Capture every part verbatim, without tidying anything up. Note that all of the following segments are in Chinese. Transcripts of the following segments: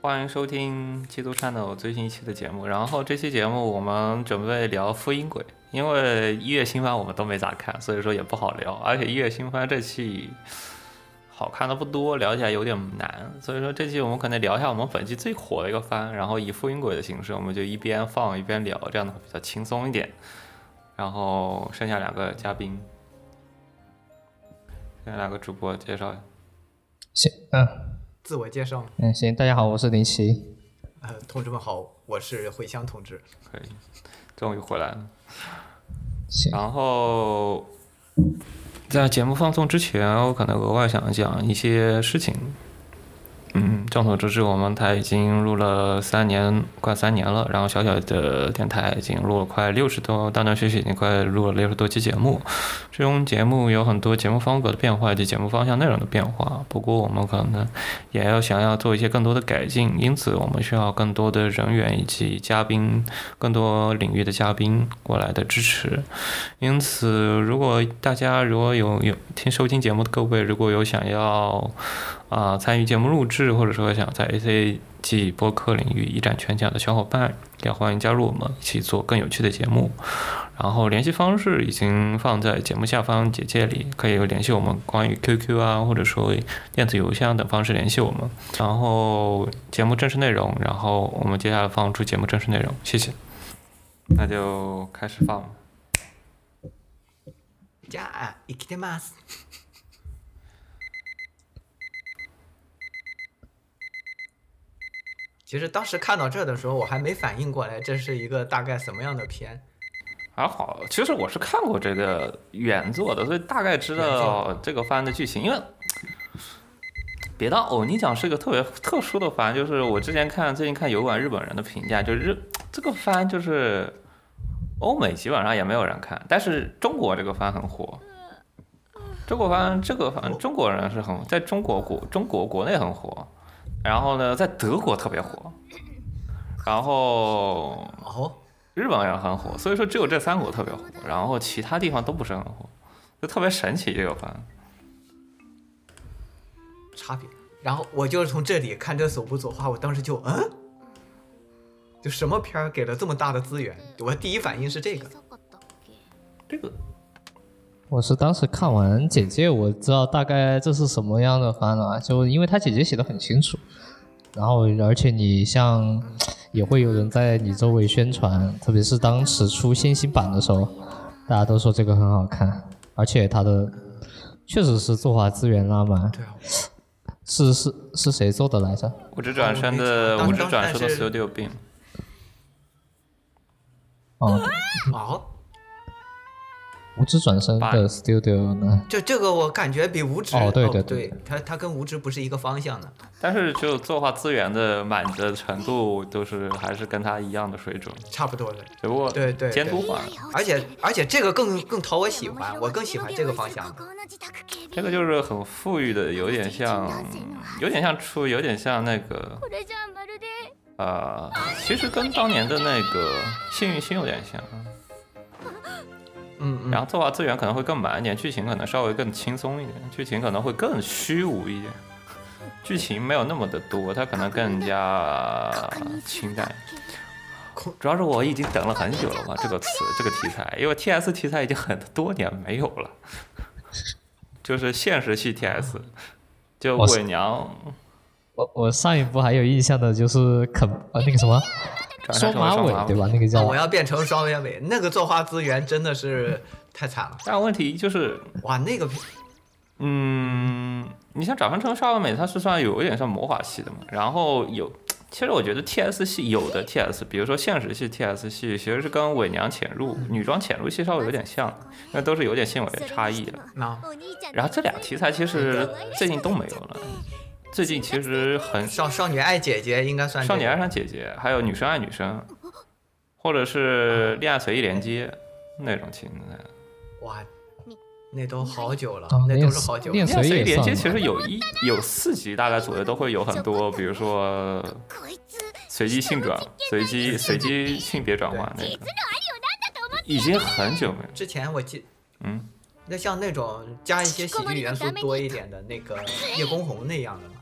欢迎收听基督 channel 最新一期的节目。然后这期节目我们准备聊复音轨，因为一月新番我们都没咋看，所以说也不好聊。而且一月新番这期好看的不多，聊起来有点难，所以说这期我们可能聊一下我们本季最火的一个番，然后以复音轨的形式，我们就一边放一边聊，这样的话比较轻松一点。然后剩下两个嘉宾，剩下两个主播介绍。 行，嗯。 自我介绍。 嗯，行，大家好，我是林奇。 呃，同志们好，我是茴香同志。 可以，终于回来了。 行。 然后在节目放送之前，我可能额外想讲一些事情。嗯，众所周知，我们台已经录了三年，快三年了。然后小小的电台已经录了快六十多，断断续续已经快录了六十多期节目。这种节目有很多节目风格的变化以及节目方向内容的变化。不过我们可能也要想要做一些更多的改进，因此我们需要更多的人员以及嘉宾，更多领域的嘉宾过来的支持。因此，如果大家如果有有听收听节目的各位，如果有想要啊、呃，参与节目录制，或者说想在 A C G 播客领域一展拳脚的小伙伴，也欢迎加入我们一起做更有趣的节目。然后联系方式已经放在节目下方简介里，可以联系我们，关于 Q Q 啊，或者说电子邮箱等方式联系我们。然后节目正式内容，然后我们接下来放出节目正式内容，谢谢。那就开始放。 じゃあ生きてます。其实当时看到这的时候，我还没反应过来这是一个大概什么样的片。 还好，其实我是看过这个原作的，所以大概知道这个番的剧情。因为别当偶你讲是一个特别特殊的番，就是我之前看最近看油管日本人的评价，就是日这个番就是欧美基本上也没有人看，但是中国这个番很火。中国番这个番中国人是很在中国国中国国内很火。然后呢，在德国特别火，然后日本也很火，所以说只有这三国特别火，然后其他地方都不是很火，就特别神奇这个番。 差别。然后我就是从这里看这首部作画，我当时就嗯，就什么片儿给了这么大的资源？我第一反应是这个， 这个。 我是当时看完简介，我知道大概这是什么样的番了，就因为他简介写的很清楚，然后而且你像也会有人在你周围宣传，特别是当时出新新版的时候，大家都说这个很好看，而且他的确实是作画资源拉满。 对啊， 是是是谁做的来着？ 无职转生的无职转生的 Studio Beam。 哦。 哦。 无职转生的 studio 呢？ 这这个我感觉比无职哦，对对对，它它跟无职不是一个方向的。 但是就作画资源的满的程度都是还是跟它一样的水准， 差不多的。 只不过对对监督化， 而且而且这个更更讨我喜欢，我更喜欢这个方向。 这个就是很富裕的，有点像，有点像出，有点像那个，呃，其实跟当年的那个幸运星有点像。 嗯， 然后作画资源可能会更满一点，剧情可能稍微更轻松一点，剧情可能会更虚无一点，剧情没有那么的多，它可能更加清淡。主要是我已经等了很久了嘛，这个词这个题材，因为 T S 题材已经很多年没有了，就是现实系 T S， 就伪娘。 我我上一部还有印象的就是肯呃那个什么。双马尾对吧？那个叫、 哦、我要变成双马尾，那个作画资源真的是太惨了。 但问题就是哇，那个嗯，你像长生成双马尾，它是算有一点像魔法系的嘛。然后有，其实我觉得 T S 系有的 T S， 比如说现实系 T S 系，其实是跟伪娘潜入、女装潜入系稍微有点像，因为都是有点性别差异的。 啊、 然后这俩题材其实最近都没有了。最近其实很少少女爱姐姐应该算、这个、 少女爱上姐姐，还有女生爱女生，或者是恋爱随意连接那种情节。 哇，那都好久了， 哦、 那都是好久了。 恋爱随意连接其实有一有四集大概左右都会有很多，比如说随机性转、随机随机性别转换那个，已经很久没有。 之前我记， 嗯。 那像那种加一些喜剧元素多一点的那个叶公红那样的吗？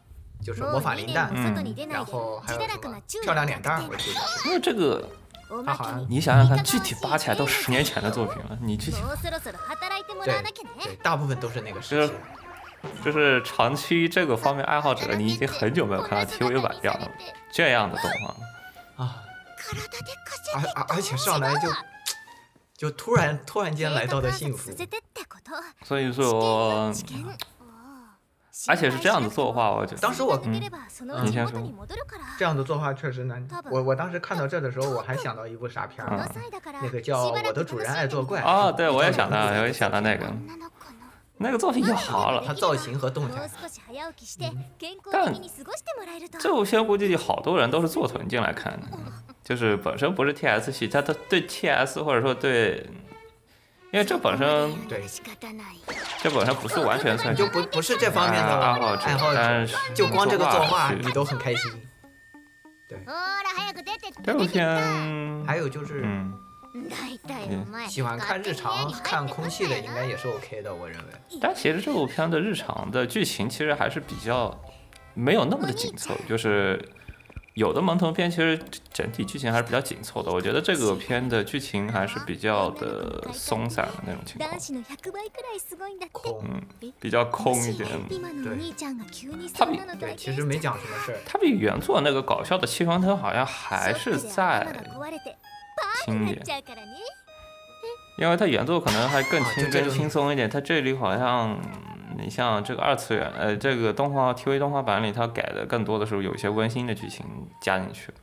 就是魔法林蛋， 嗯然后还有什么漂亮脸蛋儿，我记得是。 因为这个， 他好像你想想看，具体扒起来都十年前的作品了，你具体对对，大部分都是那个时期。 就是长期这个方面爱好者，你已经很久没有看到 T V 版这样的这样的动画了啊，而而而且上来就就突然突然间来到的幸福， 所以说，而且是这样的作画，我觉得当时我嗯，你先说， 这样的作画确实难。我我当时看到这的时候，我还想到一部啥片儿呢？那个叫《我的主人爱作怪》。 哦，对，我也想到，我也想到那个。那个作品就好了， 它造型和动起来。 但这部片估计好多人都是坐屯进来看的，就是本身不是 T S 系，他他对 T S 或者说对，因为这本身对， 这本身不是完全算就不不是这方面的爱好者， 爱好者，就光这个作画你都很开心。对， 这部片还有就是， 嗯。 喜欢看日常、看空气的应该也是 OK 的，我认为。 但其实这部片的日常的剧情其实还是比较没有那么的紧凑，就是有的萌童片其实整体剧情还是比较紧凑的。我觉得这个片的剧情还是比较的松散的那种情况， 空， 嗯，比较空一点。 对， 它比对其实没讲什么事儿， 它比原作那个搞笑的气氛灯好像还是在轻一点。因为它原作可能还更轻、更轻松一点，它这里好像，你像这个二次元，呃，这个动画 T V 动画版里，它改的更多的时候有一些温馨的剧情加进去。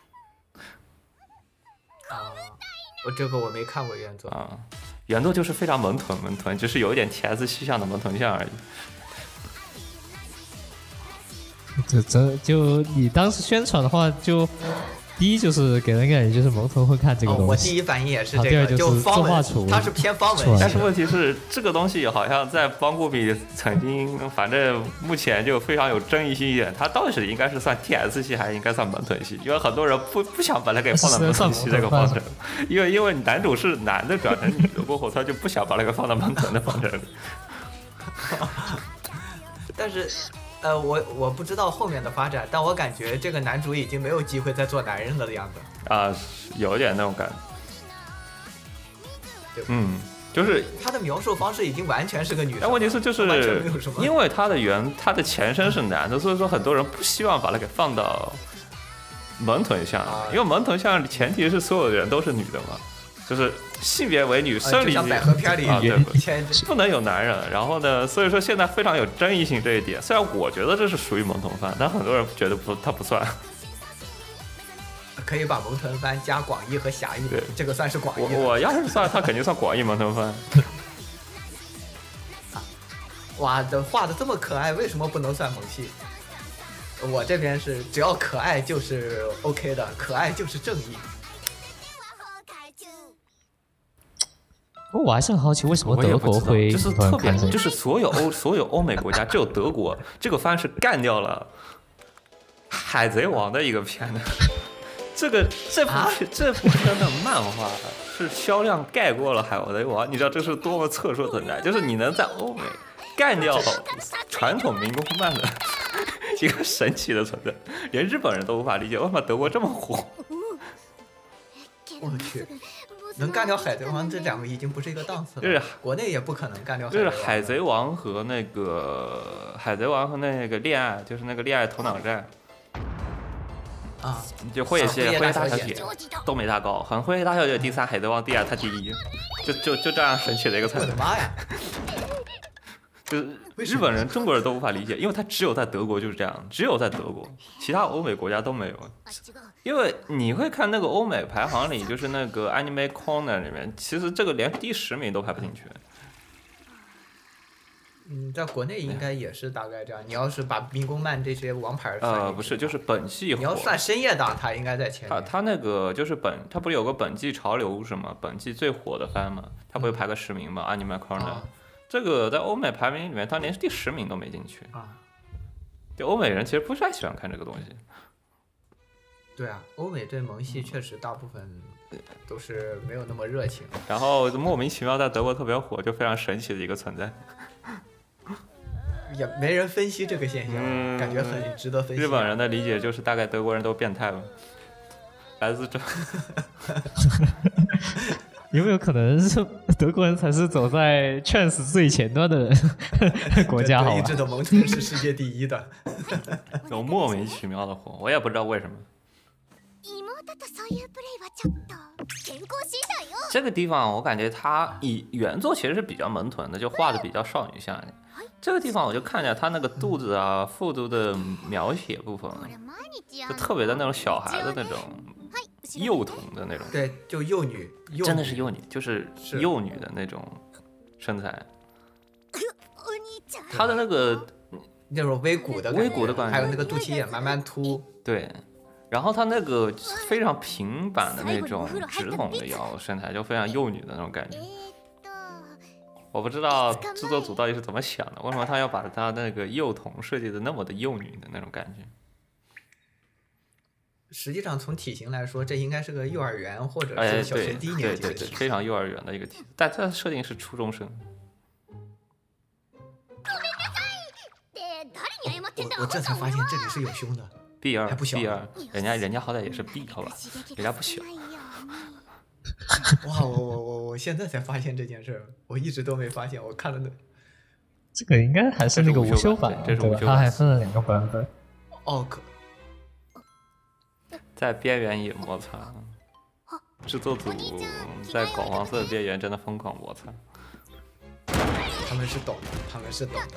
啊，我这个我没看过原作啊，原作就是非常萌豚萌豚，只是有一点 T S 系象的萌豚像而已。 这这就你当时宣传的话就。第一就是给人感觉就是萌童会看这个东西， 哦、我第一反应也是这个， 第二就是方文， 它是偏方文， 但是问题是这个东西好像在邦古比曾经，反正目前就非常有争议性一点，它到底是应该是算 T S 系还是应该算萌豚系？因为很多人不不想把它给放到萌豚系这个方程，因为因为男主是男的转成女的过后，他就不想把那个放到萌豚的方程。 但是。呃，我我不知道后面的发展，但我感觉这个男主已经没有机会再做男人的样子啊，有一点那种感觉。嗯，就是他的描述方式已经完全是个女人。 但问题是，就是因为他的原他的前身是男的，所以说很多人不希望把它给放到萌豚像， 啊、 因为萌豚像前提是所有的人都是女的嘛。就是性别为女，生理像百合片里啊，对，不能有男人。然后呢，所以说现在非常有争议性这一点。虽然我觉得这是属于萌童番，但很多人觉得不，它不算。 可以把萌童番加广义和狭义， 对， 这个算是广义。 我我要是算，它肯定算广义萌童番。 哇，的画的这么可爱，为什么不能算萌系？我这边是只要可爱就是 OK 的，可爱就是正义。 我还是很好奇，为什么德国会就是特别，就是所有欧所有欧美国家，只有德国这个番是干掉了海贼王的一个片的。这个这部、啊、这部片的漫画是销量盖过了海贼王，你知道这是多么特殊的存在？就是你能在欧美干掉传统民工漫的一个神奇的存在，连日本人都无法理解为什么德国这么火。 我去。能干掉海贼王，这两个已经不是一个档次了。 就是国内也不可能干掉海贼王。就是海贼王和那个海贼王和那个恋爱，就是那个恋爱头脑战。 啊， 就辉夜姬、辉夜大小姐都没他高，很辉夜大小姐第三，海贼王第二，他第一，就就就这样神奇的一个存在。 我的妈呀！ 就是日本人、中国人都无法理解，因为他只有在德国就是这样，只有在德国，其他欧美国家都没有。因为你会看那个欧美排行里，就是那个 Anime Corner 里面，其实这个连第十名都排不进去。 嗯，在国内应该也是大概这样。你要是把民工漫这些王牌呃，不是，就是本季你要算深夜档，它应该在前面。 他他那个就是本，他不是有个本季潮流是吗？本季最火的番嘛，他不会排个十名吗、嗯、？Anime Corner、啊、这个在欧美排名里面，他连第十名都没进去啊。就欧美人其实不太喜欢看这个东西。 对啊，欧美对萌系确实大部分都是没有那么热情， 然后莫名其妙在德国特别火，就非常神奇的一个存在。 也没人分析这个现象， 嗯感觉很值得分析。 日本人的理解就是大概德国人都变态了，来自这。 有没有可能是德国人才是走在 trans 最前端的国家？好吧， 一直的萌豚是世界第一的， 有莫名其妙的火，我也不知道为什么。这个地方我感觉他以原作其实是比较萌豚的，就画的比较少女像一点。这个地方我就看见他那个肚子啊、腹部的描写部分，就特别的那种小孩的那种幼童的那种， 对，就幼女，幼女真的是幼女，就是是幼女的那种身材。他的那个那种微鼓的感觉微鼓的感觉还有那个肚脐眼慢慢凸， 对，然后他那个非常平板的那种直筒的腰身材，就非常幼女的那种感觉。我不知道制作组到底是怎么想的，为什么他要把他那个幼童设计的那么的幼女的那种感觉？ 实际上从体型来说，这应该是个幼儿园或者哎， 是小学对低年对对对， 级的体型。 非常幼儿园的一个体，但他的设定是初中生。 我我这才发现这里是有胸的。 B 二还不小 B 二，人家人家好歹也是 B 好吧，人家不小。 哇，我我我我现在才发现这件事儿，我一直都没发现。我看了那， 这个应该还是那个无修版，对吧？ 这是无修版它还分了两个版本。 哦，可在边缘也摩擦，制作组在搞黄色的边缘真的疯狂摩擦。 他们是懂的，他们是懂的。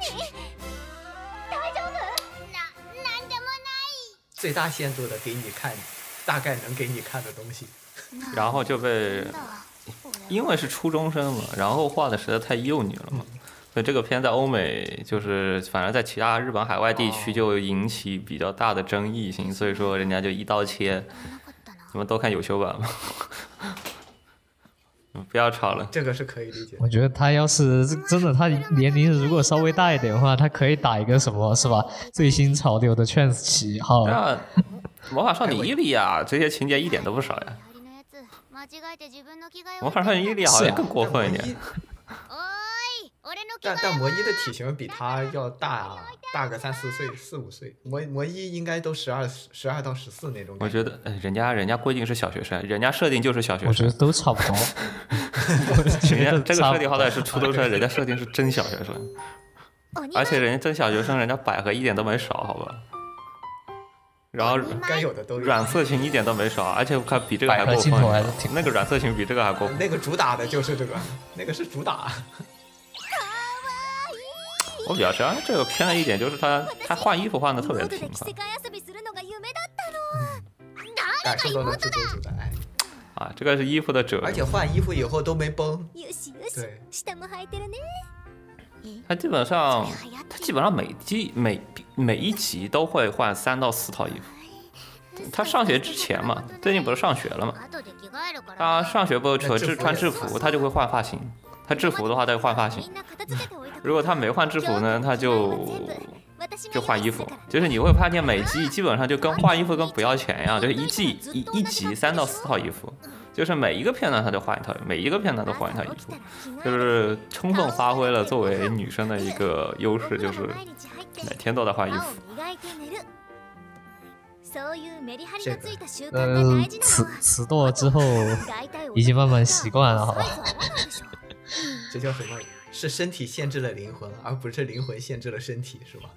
最大限度的给你看，大概能给你看的东西。 然后就被，因为是初中生嘛，然后画的实在太幼女了嘛，所以这个片在欧美就是反正在其他日本海外地区就引起比较大的争议性，所以说人家就一刀切，你们都看有修版吗？不要吵了。 这个是可以理解。 我觉得他要是真的，他年龄如果稍微大一点的话，他可以打一个什么，是吧？最新潮流的 trans 旗号。 那魔法少女伊利亚这些情节一点都不少呀。魔法少女伊利亚好像更过分一点。 但但魔一的体型比他要大大个三四岁、四五岁。魔魔一应该都十二十二到十四那种感。 我觉得，呃人家人家规定是小学生，人家设定就是小学生。 我觉得都差不多。 人家这个设定好歹是初中生，人家设定是真小学生，而且人家真小学生，人家百合一点都没少，好吧？然后该有的都有。 软色情一点都没少，而且我看比这个还过分。 镜头还是挺那个软色情比这个还过分。 那个主打的就是这个，那个是主打。 我比较喜欢这个片的一点就是他他换衣服换的特别频繁。 感受到了制作组的爱啊，这个是衣服的褶， 而且换衣服以后都没崩。对， 他基本上他基本上每季每每一集都会换三到四套衣服。他上学之前嘛，最近不是上学了嘛？他上学不穿制穿制服，他就会换发型。他制服的话，他就换发型。如果他没换制服呢，他就就换衣服。就是你会发现每季基本上就跟换衣服跟不要钱一样，就是一季一一集三到四套衣服，就是每一个片段他就换一套，每一个片段都换一套衣服，就是充分发挥了作为女生的一个优势，就是每天都在换衣服。 呃，此此多之后已经慢慢习惯了，好吧？ 这叫什么？是身体限制了灵魂，而不是灵魂限制了身体，是吧？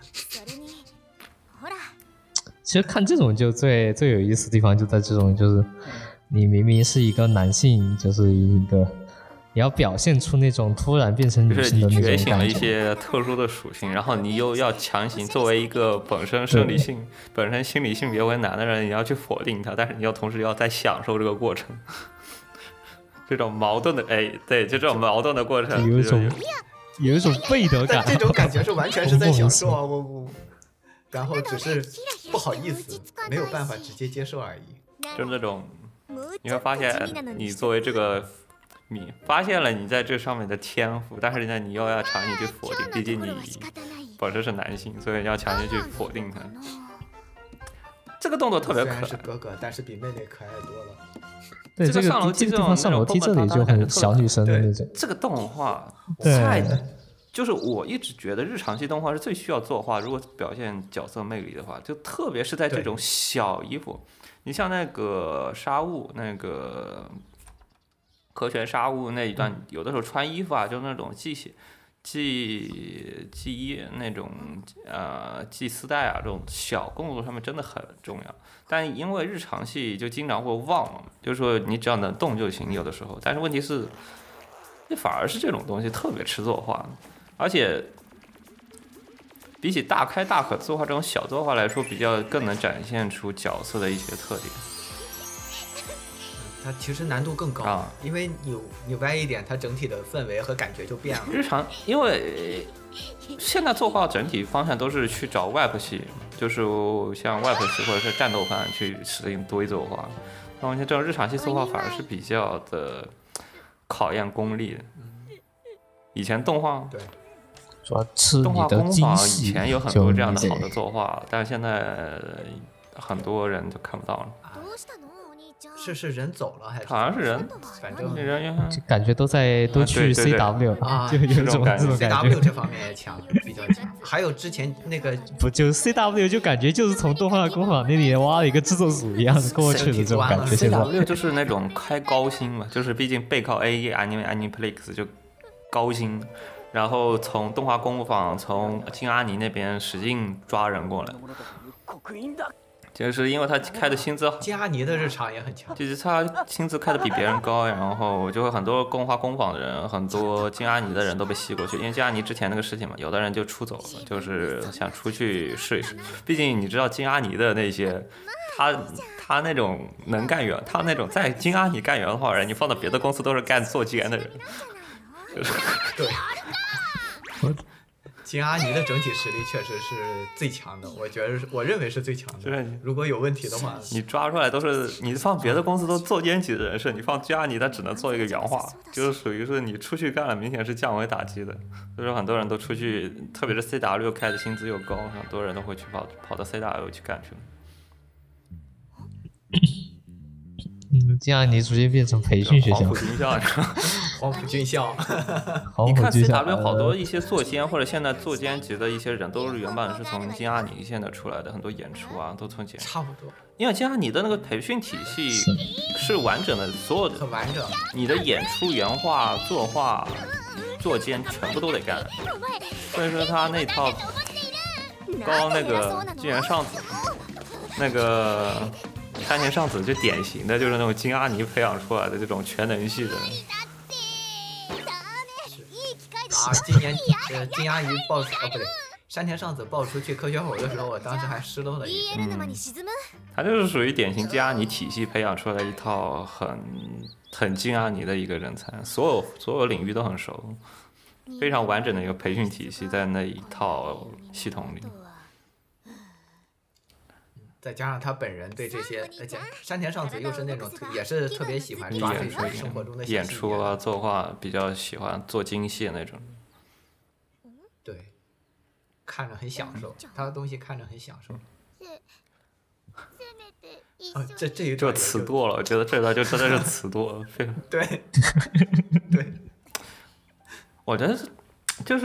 其实看这种就最最有意思的地方就在这种，就是你明明是一个男性，就是一个你要表现出那种突然变成女性的那种感觉， 就是你觉醒了一些特殊的属性，然后你又要强行作为一个本身生理性、本身心理性别为男的人，你要去否定他，但是你要同时要在享受这个过程。这种矛盾的，哎，对，就这种矛盾的过程， 有一种有一种背德感。 这种感觉是完全是在享受啊，我我，然后只是不好意思，没有办法直接接受而已。 就是那种，你会发现，你作为这个，你发现了你在这上面的天赋，但是呢，你又要强行去否定，毕竟你本身是男性，所以你要强行去否定他。这个动作特别可爱， 虽然是哥哥，但是比妹妹可爱多了。 对，这个这个地方上楼梯这里就很小女生的那种。 这个动画对太就是我一直觉得日常系动画是最需要作画，如果表现角色魅力的话，就特别是在这种小衣服，你像那个沙悟那个和泉沙悟那一段，嗯、有的时候穿衣服啊，就那种系系系衣那种呃系丝带啊，这种小工作上面真的很重要。但因为日常戏就经常会忘，就是说你只要能动就行，有的时候。但是问题是，那反而是这种东西特别吃作画。而且，比起大开大合作画这种小作画来说，比较更能展现出角色的一些特点。 它其实难度更高， 啊、 因为扭扭歪一点，它整体的氛围和感觉就变了。 日常，因为现在作画整体方向都是去找 web 系，就是像 web 系或者是战斗番去使用多一作画。那么这种日常系作画反而是比较的考验功力的。以前动画对。 主要吃动画工坊以前有很多这样的好的作画，但是现在很多人就看不到了。 是是人走了还是？ 好像是人， 反正人就感觉都在都去 C W 啊， 就有这种这种感觉。C W 这方面也强，比较强。还有之前那个不就 C W 就感觉就是从动画工坊那里挖了一个制作组一样的过去的这种感觉。 C W 就是那种开高薪嘛，就是毕竟背靠 A E Anime Aniplex 就高薪。然后从动画工坊从金阿尼那边使劲抓人过来，就是因为他开的薪资好。 金阿尼的日常也很强， 就是他薪资开的比别人高，然后就会很多动画工坊的人，很多金阿尼的人都被吸过去，因为金阿尼之前那个事情嘛，有的人就出走了，就是想出去试一试。毕竟你知道金阿尼的那些，他他那种能干员，他那种在金阿尼干员的话，人你放到别的公司都是干做监的人。 对，金阿尼的整体实力确实是最强的，我觉得是，我认为是最强的。如果有问题的话， 你抓出来都是你放别的公司都做监级的人设，你放金阿尼他只能做一个原画，就是属于是你出去干了，明显是降维打击的。所以说很多人都出去，特别是 C W 开的薪资又高，很多人都会去跑跑到 C W 去干去了。 嗯，金阿尼逐渐变成培训学校， 黄埔军校， 黄埔军校。 你看 C W 好多一些作监或者现在作监级的一些人，都是原本是从金阿尼现在出来的，很多演出啊都从金。 差不多。 因为金阿尼的那个培训体系是完整的，所有的很完整， 你的演出、原画、作画、作监全部都得干，所以说他那套高那个金元上子那个。山田尚子就典型的就是那种金阿尼培养出来的这种全能系的。 啊，今年呃金阿尼爆出哦不对，山田尚子爆出去科学吼的时候，我当时还失落了一下。 嗯，他就是属于典型金阿尼体系培养出来一套很很金阿尼的一个人才，所有所有领域都很熟，非常完整的一个培训体系在那一套系统里。 再加上他本人对这些，而且山田尚子又是那种也是特别喜欢抓这些生活中的演出啊、作画比较喜欢做精细那种。 对，看着很享受，他的东西看着很享受。啊，这这一段就词多了，我觉得这段就真的是词多了。 对，对， 我觉得就是，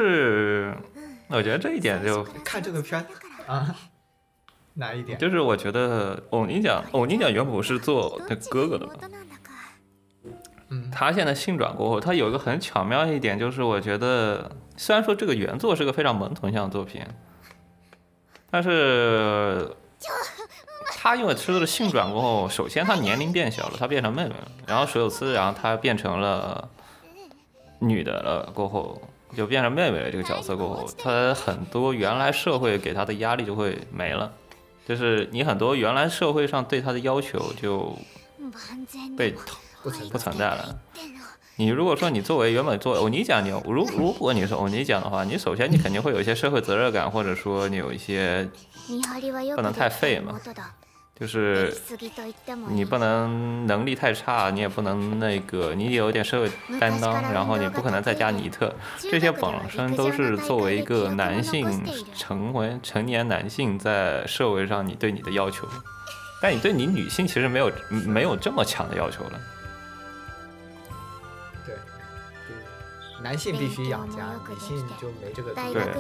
我觉得这一点就看这个片啊。哪一点？ 就是我觉得欧尼酱，欧尼酱原本是做那哥哥的嘛， 嗯， 他现在性转过后，他有一个很巧妙一点，就是我觉得虽然说这个原作是个非常萌童向的作品，但是他因为吃了性转过后，首先他年龄变小了，他变成妹妹了，然后水有次，然后他变成了女的了过后。就变成妹妹了这个角色过后，他很多原来社会给他的压力就会没了，就是你很多原来社会上对他的要求就被不存在了。你如果说你作为原本做欧尼酱，你如如果你是欧尼酱的话，你首先你肯定会有一些社会责任感，或者说你有一些不能太废嘛。就是你不能能力太差，你也不能那个，你有点社会担当，然后你不可能再加尼特，这些本身都是作为一个男性成为成年男性在社会上你对你的要求，但你对你女性其实没有没有这么强的要求了。 对， 男性必须养家，女性就没这个资源。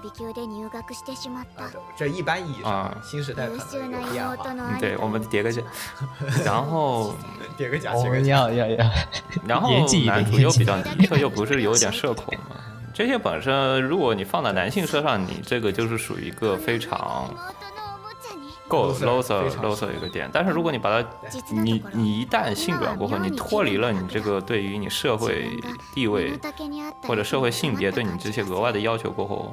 啊，这一般意义上， 啊新时代可能有变化。 嗯对，我们叠个甲，然后叠个甲， 我们叠个甲。 要要要， 然后严谨一点男主又比较尼特，又不是有一点社恐嘛？这些本身如果你放在男性身上，你这个就是属于一个非常够 loser loser 一个点。但是如果你把它，你你一旦性转过后，你脱离了你这个对于你社会地位或者社会性别对你这些额外的要求过后，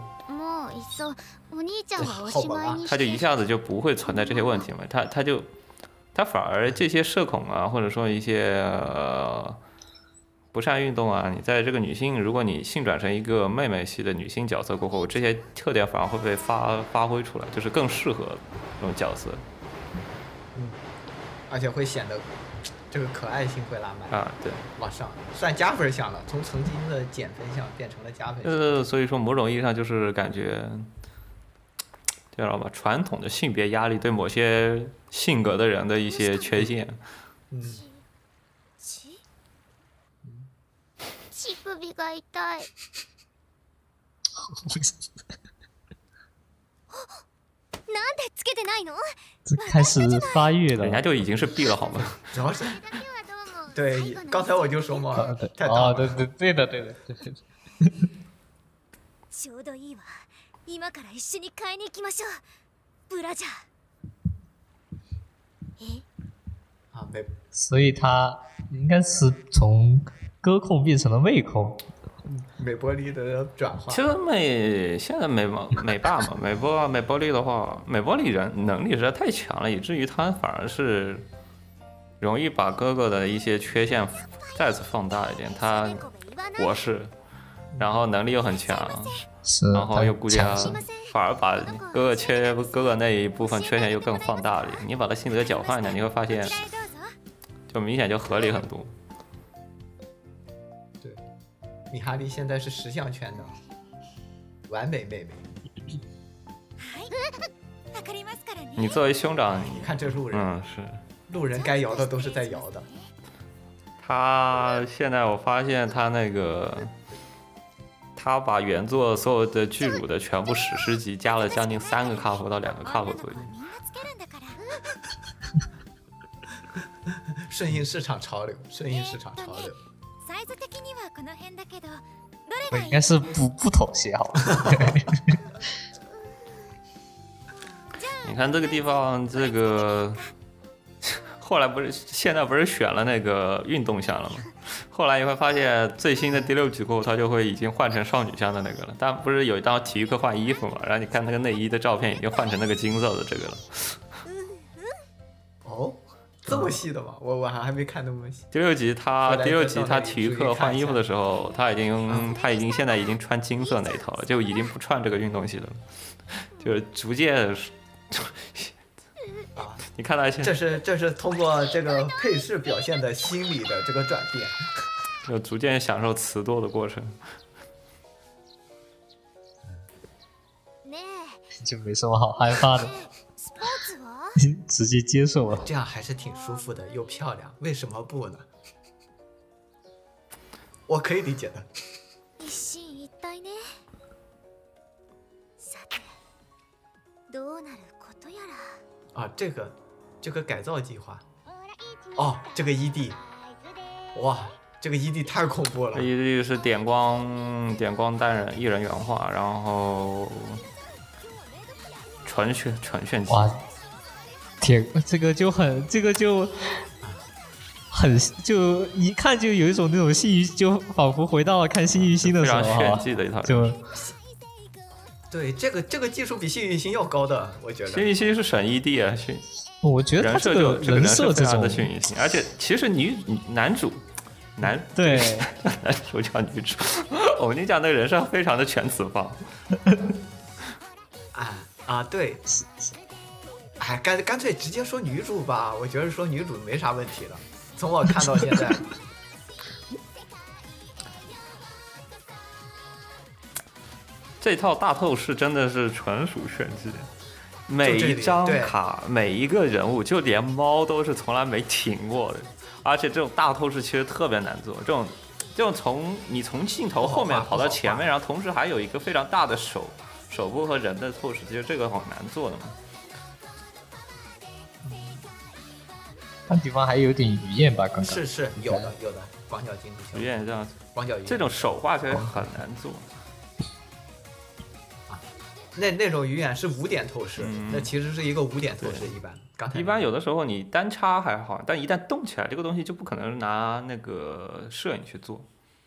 他就一下子就不会存在这些问题嘛。他他就他反而这些社恐啊，或者说一些呃不善运动啊，你在这个女性，如果你性转成一个妹妹系的女性角色过后，这些特点反而会被发发挥出来，就是更适合这种角色。 嗯，而且会显得这个可爱性会拉满啊，对， 往上算加分项了，从曾经的减分项变成了加分项。 呃，所以说某种意义上就是感觉，知道吧？传统的性别压力对某些性格的人的一些缺陷。 嗯。 乳首が痛い。なんでつけてないの？ 这开始发育了， 人家就已经是 B 了好吗？ 主要是，对，刚才我就说嘛， 啊对太大了。 哦，对对对的对的对的。 ちょうどいいわ。今から一緒に買いに行きましょう。ブラジャー。え？ 啊，没。 所以他应该是从歌控变成了妹控。 美波丽的转化， 其实美现在美美霸嘛，美波美波丽的话，美波丽人能力实在太强了，以至于他反而是容易把哥哥的一些缺陷再次放大一点。他博士，然后能力又很强， 是， 然后又估计他反而把哥哥缺哥哥那一部分缺陷又更放大了。你把他性格搅换一下，你会发现就明显就合理很多。 米哈利现在是十项全能，完美妹妹。 你作为兄长， 你看这路人， 嗯，是路人该摇的都是在摇的。 他现在我发现他那个，他把原作所有的剧组的全部史诗级加了将近三个卡普到两个卡普左右。 顺应市场潮流，顺应市场潮流。 我应该是不不妥协好了。 你看这个地方，这个后来不是现在不是选了那个运动项了吗？后来你会发现最新的第六集过后，它就会已经换成少女项的那个了。但不是有一道体育课换衣服嘛？然后你看那个内衣的照片已经换成那个金色的这个了。 哦。这么细的吗？我我还没看那么细。 第六集他第六集他体育课换衣服的时候，他已经他已经现在已经穿金色那一套了，就已经不穿这个运动系的了，就是逐渐啊， 你看他现这是这是通过这个配饰表现的心理的这个转变， 就逐渐享受词多的过程。 就没什么好害怕的。直接接受了， 这样还是挺舒服的，又漂亮，为什么不呢？我可以理解的。 一心一体ね。さて、どうなることやら。 啊，这个这个改造计划，哦，这个 E D， 哇，这个 E D 太恐怖了。 E D 是点光点光单人一人原画，然后纯炫纯炫技。 哇，天，这个就很，这个就很，就一看就有一种那种性欲，就仿佛回到了看性欲星的时候， 非常炫技的一套。 就对，这个这个技术比幸运星要高的，我觉得。 幸运星是省 E D 啊，幸我觉得他这个人设这种的幸运星，而且其实女男主男对男主叫女主，我跟你讲那个人设非常的全词化。 啊啊对，哎干干脆直接说女主吧，我觉得说女主没啥问题了。从我看到现在。 这套大透视真的是纯属炫技，每一张卡每一个人物，就连猫都是从来没停过的。而且这种大透视其实特别难做，这种这种从你从镜头后面跑到前面，然后同时还有一个非常大的手手部和人的透视，其实这个好难做的嘛。 那地方还有点鱼眼吧？刚刚是是有的有的，广角镜头， 鱼眼这样， 广角鱼眼这种手画其实很难做。 啊，那那种鱼眼是五点透视， 嗯、 那其实是一个五点透视，一般。刚才一般有的时候你单插还好，但一旦动起来，这个东西就不可能拿那个摄影去做。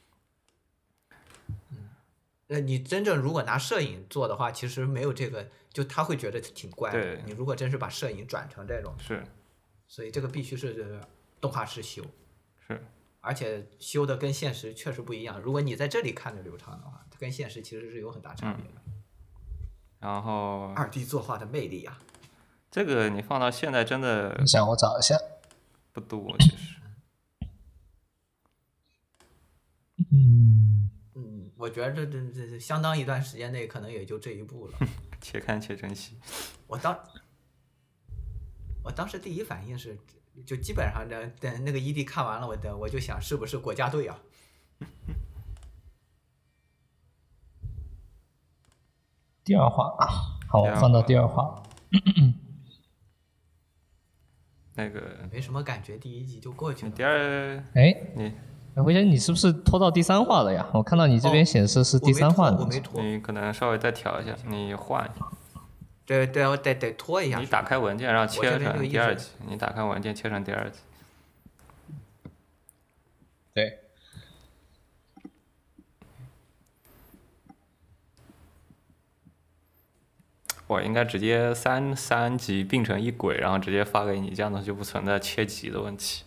呃，你真正如果拿摄影做的话，其实没有这个，就他会觉得挺怪的。你如果真是把摄影转成这种， 是， 所以这个必须是动画师修， 是， 而且修的跟现实确实不一样。如果你在这里看着流畅的话，它跟现实其实是有很大差别的。 嗯、然后二 D 作画的魅力啊， 这个你放到现在真的， 你想我找一下， 不多其实。 嗯。 嗯，我觉得这这这相当一段时间内可能也就这一步了。 且看且珍惜。 我当，我当时第一反应是，就基本上的等那个 E D 看完了，我的我就想是不是国家队啊？ 第二话，好，我放到第二话。 那个没什么感觉，第一集就过去了。 第二， 哎， 你。 回旋，你是不是拖到第三话了呀？我看到你这边显示是第三话、 哦、我没拖， 你可能稍微再调一下，你换一下。 对对，我得得拖一下。 你打开文件，然后切成第二集。你打开文件，切成第二集。 对。 我应该直接三三集并成一轨，然后直接发给你，这样子就不存在切集的问题。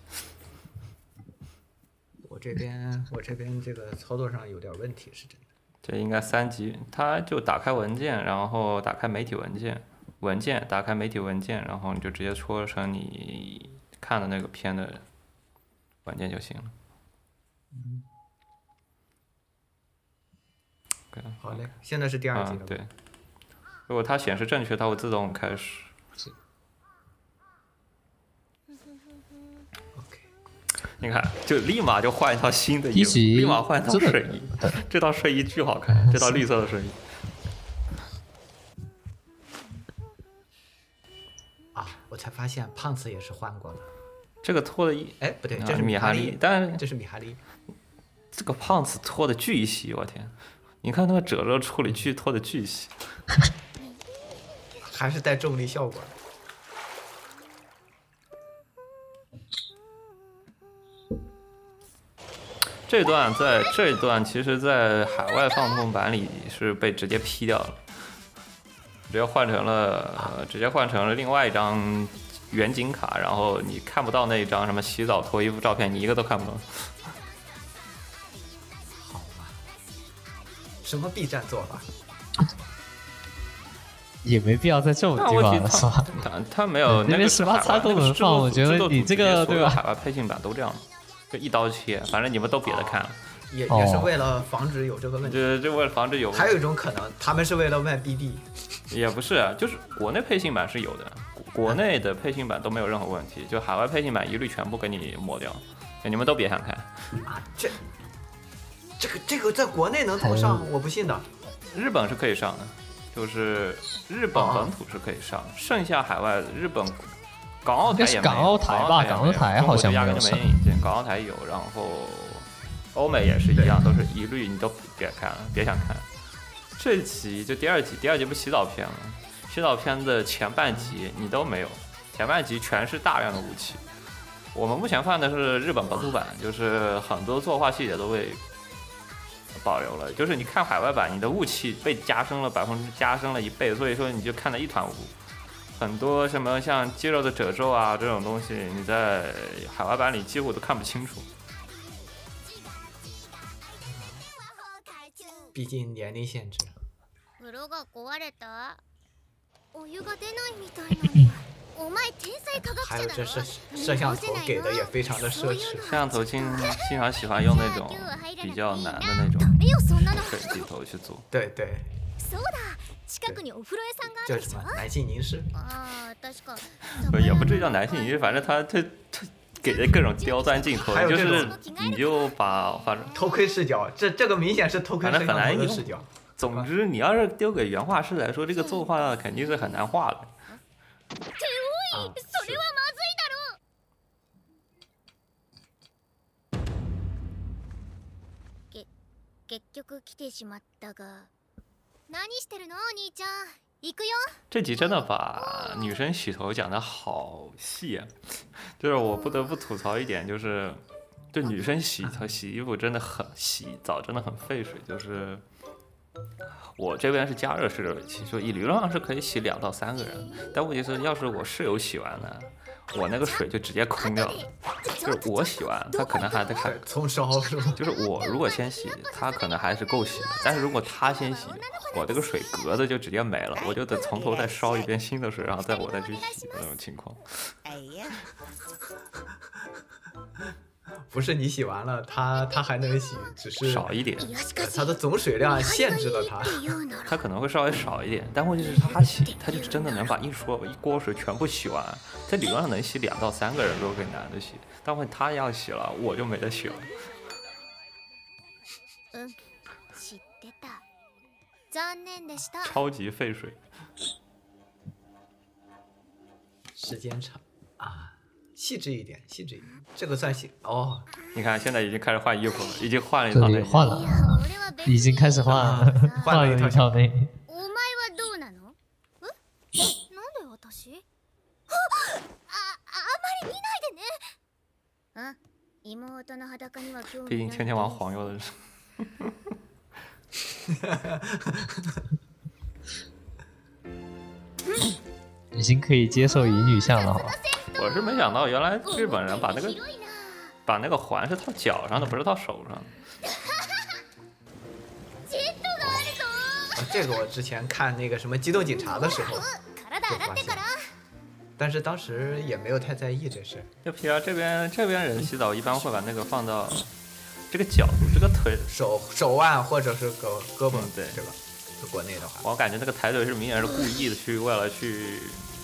我这边我这边这个操作上有点问题，是真的。 这应该三级，它就打开文件，然后打开媒体文件，文件打开媒体文件，然后你就直接戳成你看的那个片的文件就行了。 嗯。好嘞，现在是第二集了、 啊。对，如果它显示正确，它会自动开始。你看，就立马就换一套新的衣服，立马换一套睡衣。这套睡衣巨好看，这套绿色的睡衣。 啊，我才发现胖子也是换过了。 这个脱的衣， 哎，不对，这是米哈利，但这是米哈利。 这个胖子脱的巨细，我天！你看那个褶皱处理巨脱的巨细， 还是带重力效果。 这段在这一段，其实，在海外放送版里是被直接 P 掉了，直接换成了、呃、直接换成了另外一张远景卡，然后你看不到那一张什么洗澡脱衣服照片，你一个都看不到。 好吧，什么 B 站做法？ 也没必要在这种地方了，是吧？ 他他没有那边十八插都能放，我觉得你这个对吧？ 海外配信版都这样。就一刀切，反正你们都别的看了， 也也是为了防止有这个问题， 就就为了防止有。 还有一种可能，他们是为了卖 B D， 也不是，就是国内配信版是有的，国内的配信版都没有任何问题，就海外配信版一律全部给你抹掉，你们都别想看。 啊，这这个这个在国内能投上，我不信的。 日本是可以上的，就是日本本土是可以上，剩下海外日本。港澳台也没有， 港澳台吧，港澳台好像压根就没引进，港澳台有，然后欧美也是一样，都是一律你都别看了，别想看。这集就第二集，第二集不洗澡片吗？洗澡片的前半集你都没有，前半集全是大量的武器。我们目前放的是日本本土版，就是很多作画细节都被保留了，就是你看海外版，你的武器被加深了百分之加深了一倍，所以说你就看得一团糊。很多什么像肌肉的褶皱啊这种东西，你在海外版里几乎都看不清楚。 毕竟年龄限制。 風呂が壊れた。お湯が出ないみたいなの。お前天才科学还有者だろ。 这摄摄像头给的也非常的奢侈。 摄像头经经常喜欢用那种比较难的那种水镜头去做。 对对。 そうだ。近くにお風呂屋さんがあるでしょ。 叫什么？男性凝视。 ああ、確か。 也不至于叫男性凝视，反正他他他给的各种刁钻镜头，就还有这种是你就把反正偷窥视角，这这个明显是偷窥摄像头的视角。 总之，你要是丢给原画师来说，这个作画肯定是很难画的。 啊，是結局来てしまったが。何してるのお兄ちゃん？行くよ。 这集真的把女生洗头讲的好细啊，就是我不得不吐槽一点，就是就女生洗头洗衣服真的很洗澡真的很费水，就是我这边是加热式的水器，就理论上是可以洗两到三个人，但问题是要是我室友洗完了，我那个水就直接空掉了，就是我洗完他可能还得还葱烧是吗？ 就是我如果先洗，他可能还是够洗的，但是如果他先洗，我这个水格子就直接没了，我就得从头再烧一遍新的水，然后再我再去洗的那种情况。 哎呀， 不是你洗完了，他他还能洗，只是少一点， 它的总水量限制了它。 它可能会稍微少一点，但问题是他洗，他就真的能把一锅一锅水全部洗完，在理论上能洗两到三个人都给男的洗，但问题他要洗了，我就没得洗了。 嗯，知ってた。残念でした。 超级费水。 时间长啊，细致一点，细致一点，这个算细哦。 你看，现在已经开始换衣服了，已经换了一这套内衣。 里换了，已经开始换了，换了一套内衣。 お前はどうなの？え？なんで私？あ、あ、あまり見ないでね。啊，妹の裸には興味ない。 毕竟天天玩黄油的人。 已经可以接受乙女向了，好吧？ 我是没想到，原来日本人把那个把那个环是套脚上的，不是套手上的。 啊，这个我之前看那个什么《机动警察》的时候就发现，但是当时也没有太在意这事。 就皮儿这边这边人洗澡一般会把那个放到这个角度，这个腿手手腕或者是胳胳膊， 嗯对对吧？就国内的话， 我感觉那个抬腿是明显是故意的去为了去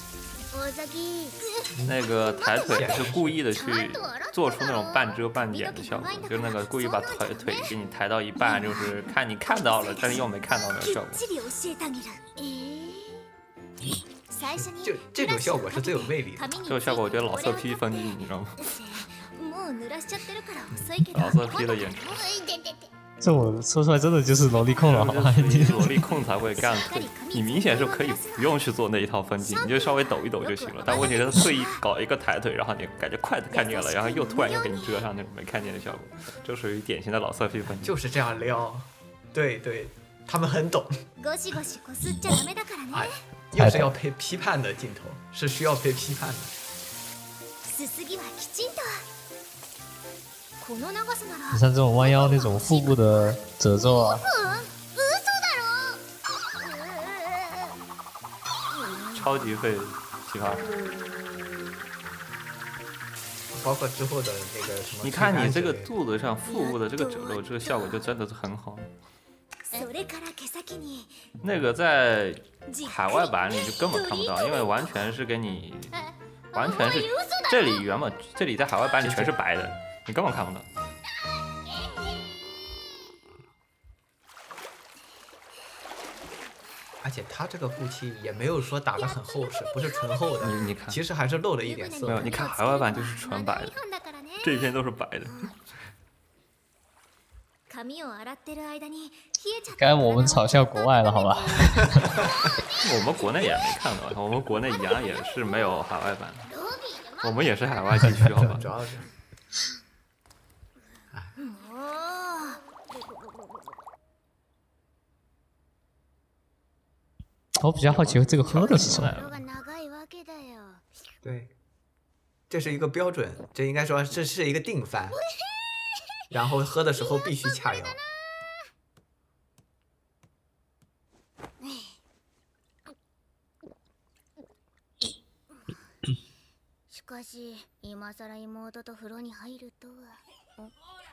那个抬腿是故意的去做出那种半遮半掩的效果，就是那个故意把腿腿给你抬到一半，就是看你看到了，但是又没看到那个效果。 就这种效果是最有魅力的。 这种效果我觉得老色批分级，你知道吗？老色批的演出。 这我说出来真的就是萝莉控了，好吧？ 你萝莉控才会干特意，你明显是可以不用去做那一套分镜，你就稍微抖一抖就行了。但问题是特意搞一个抬腿，然后你感觉快的看见了，然后又突然又给你遮上那种没看见的效果，这属于典型的老色批分镜。 就是这样撩，对对，他们很懂。哎，又是要被批判的镜头，是需要被批判的。 你像这种弯腰那种腹部的褶皱啊， 超级费奇葩水。 包括之后的那个什么， 你看你这个肚子上腹部的这个褶皱，这个效果就真的是很好。那个在海外版里就根本看不到，因为完全是给你，完全是这里原本这里在海外版里全是白的，你根本看不到。 而且它这个护器也没有说打得很厚实，不是纯厚的， 你你看， 其实还是露了一点色。 没有，你看海外版就是纯白的，这一片都是白的。 该我们嘲笑国外了，好吧？ 我们国内也没看到，我们国内一样也是没有海外版的，我们也是海外地区，好吧？ 主要是，哎， 我比较好奇这个喝的是什么？ 对，这是一个标准，这应该说这是一个定番，然后喝的时候必须掐腰。 しかし今さら妹と風呂に入るとは。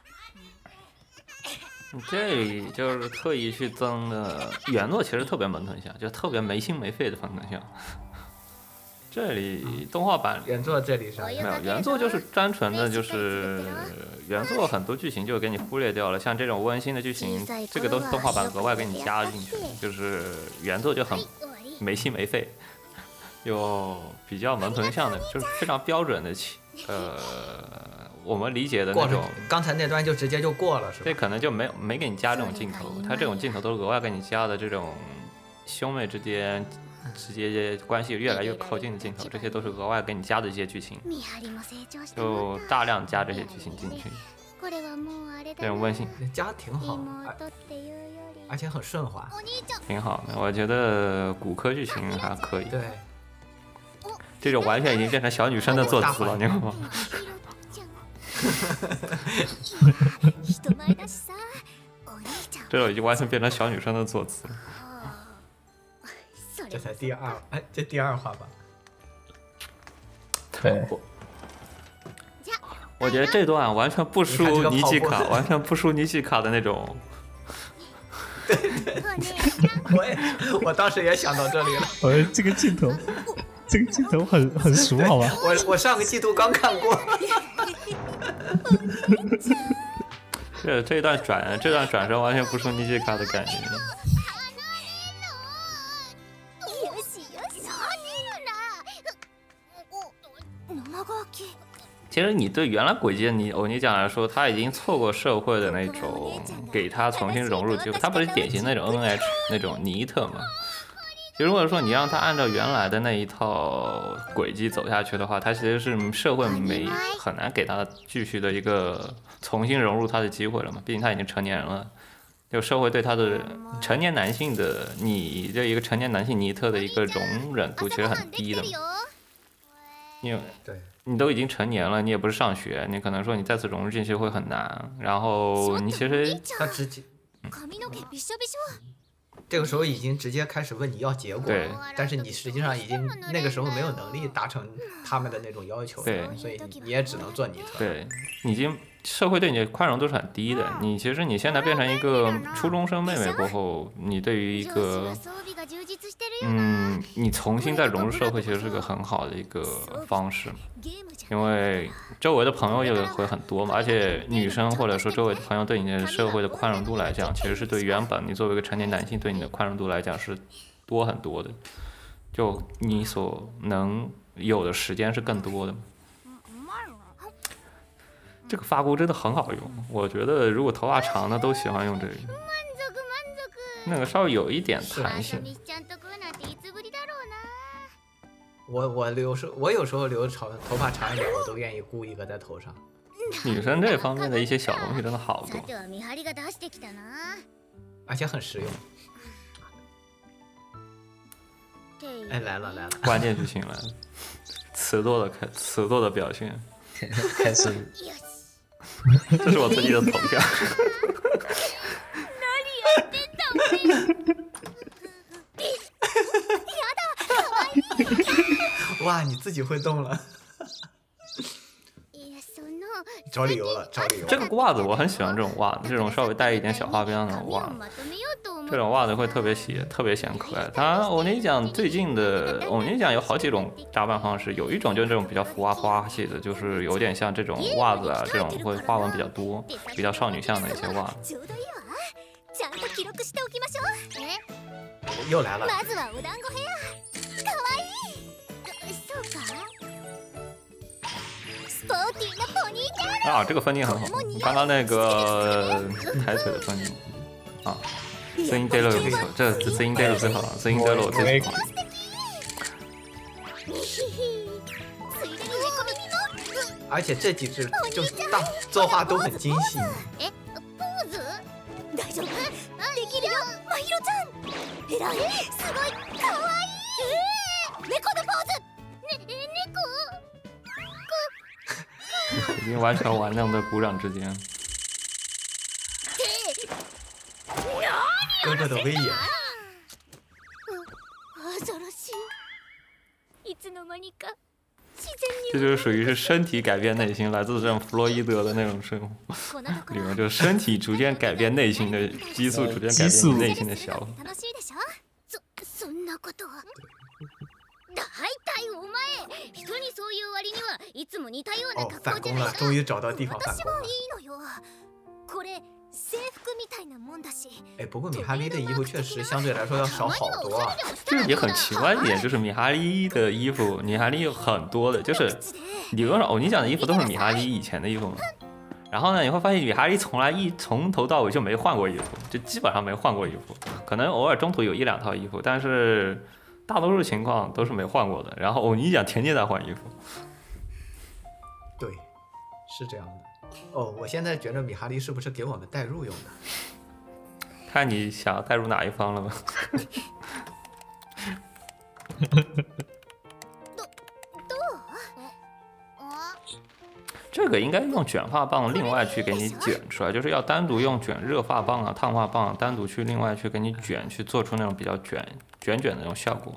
这里就是特意去增的，原作其实特别门藤像，就特别没心没肺的门藤像， 这里动画版原作这里是没有，原作就是单纯的就是原作很多剧情就给你忽略掉了，像这种温馨的剧情，这个都是动画版额外给你加进去的，就是原作就很没心没肺，有比较萌豚像的，就是非常标准的呃我们理解的那种。 刚才那段就直接就过了是吧？ 这可能就没有没给你加这种镜头，他这种镜头都是额外给你加的这种兄妹之间。直接关系越来越靠近的镜头，这些都是额外给你加的一些剧情，就大量加这些剧情进去，这种温馨加的挺好，而且很顺滑， 挺好的。我觉得骨科剧情还可以。 对， 这种完全已经变成小女生的作词了，你知道吗？这种已经完全变成小女生的作词了。 这才第二，哎，这第二话吧？ 对， 我, 我觉得这段完全不输尼基卡，完全不输尼基卡的那种。 对对，我也，我当时也想到这里了。 我觉得这个镜头，这个镜头很很熟，好吧？ 我我上个季度刚看过。 这这一段转，这段转身完全不输尼基卡的感觉。其实你对原来轨迹你欧尼酱来说，他已经错过社会的那种给他重新融入机会，他不是典型那种 N H 那种尼特嘛。其实如果说你让他按照原来的那一套轨迹走下去的话，他其实是社会没很难给他继续的一个重新融入他的机会了嘛，毕竟他已经成年人了。就社会对他的成年男性的你这一个成年男性尼特的一个容忍度其实很低的嘛，因为对。 你都已经成年了，你也不是上学，你可能说你再次融入进去会很难。然后你其实他直接，这个时候已经直接开始问你要结果， 对， 但是你实际上已经那个时候没有能力达成他们的那种要求， 对， 所以你也只能做尼特。 对，你已经社会对你的宽容度是很低的。你其实你现在变成一个初中生妹妹过后，你对于一个嗯，你重新再融入社会，其实是个很好的一个方式，因为周围的朋友也会很多嘛，而且女生或者说周围的朋友对你的社会的宽容度来讲，其实是对原本你作为一个成年男性对你的宽容度来讲是多很多的，就你所能有的时间是更多的。这个发箍真的很好用，我觉得如果头发长的都喜欢用这个，那个稍微有一点弹性。 我我留时我有时候留长头发长一点，我都愿意箍一个在头上。 女生这方面的一些小东西真的好多， 而且很实用。哎，来了来了， 关键剧情来了，词多的开词多的表现， 开始。 这是我自己的头像。 哇，你自己会动了。找理由了，找理由了。 这个袜子我很喜欢，这种袜子，这种稍微带一点小花边的那种袜子，这种袜子会特别显特别显可爱。它欧尼酱最近的欧尼酱有好几种打扮方式，有一种就是这种比较浮夸花系的，就是有点像这种袜子啊，这种会花纹比较多、比较少女向的一些袜子。 又来了。 啊，这个分镜很好，刚刚那个抬腿的分镜啊，声音 d 了最好，这声音 d 了最好，声音 d 了我最喜欢。 而且这几只就大作画都很精细。 已经完全完亮的鼓掌之间， 哥哥的威严。 这就是属于是身体改变内心，来自这种弗洛伊德的那种生活里面，就是身体逐渐改变内心的激素，逐渐改变你内心的小。 大体お前人にそういう割にはいつも似たような哦， 格反攻了， 好じゃないか。 终于找到地方反私攻了。 はいいのよ。これ制服みたいなもんだし。 哎，不过米哈利的衣服确实相对来说要少好多啊。 这也很奇怪一点，就是米哈利的衣服，米哈利有很多的，就是理论上欧尼酱的衣服都是米哈利以前的衣服嘛。然后呢，你会发现米哈利从来一从头到尾就没换过衣服，就基本上没换过衣服，可能偶尔中途有一两套衣服，但是大多数情况都是没换过的。然后欧尼酱天天在换衣服。 对，是这样的。哦，我现在觉得米哈利是不是给我们代入用的？ 看你想要带入哪一方了吧？这个应该用卷发棒另外去给你卷出来，就是要单独用卷热发棒啊、烫发棒单独去另外去给你卷，去做出那种比较卷卷卷的那种效果。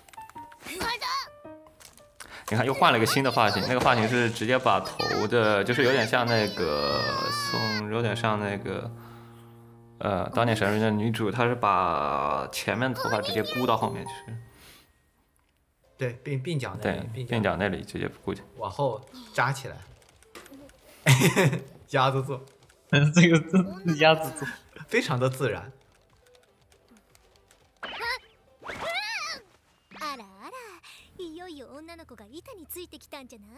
你看又换了一个新的发型，那个发型是直接把头的，就是有点像那个宋，有点像那个呃《刀剑神域》的女主，她是把前面的头发直接箍到后面去。 对，鬓鬓角那对里，， 鬓角那里直接箍起。 往后扎起来，鸭子座， 这个这鸭子座， 非常的自然。 あらあら、いよいよ女の子が板についてきたんじゃない？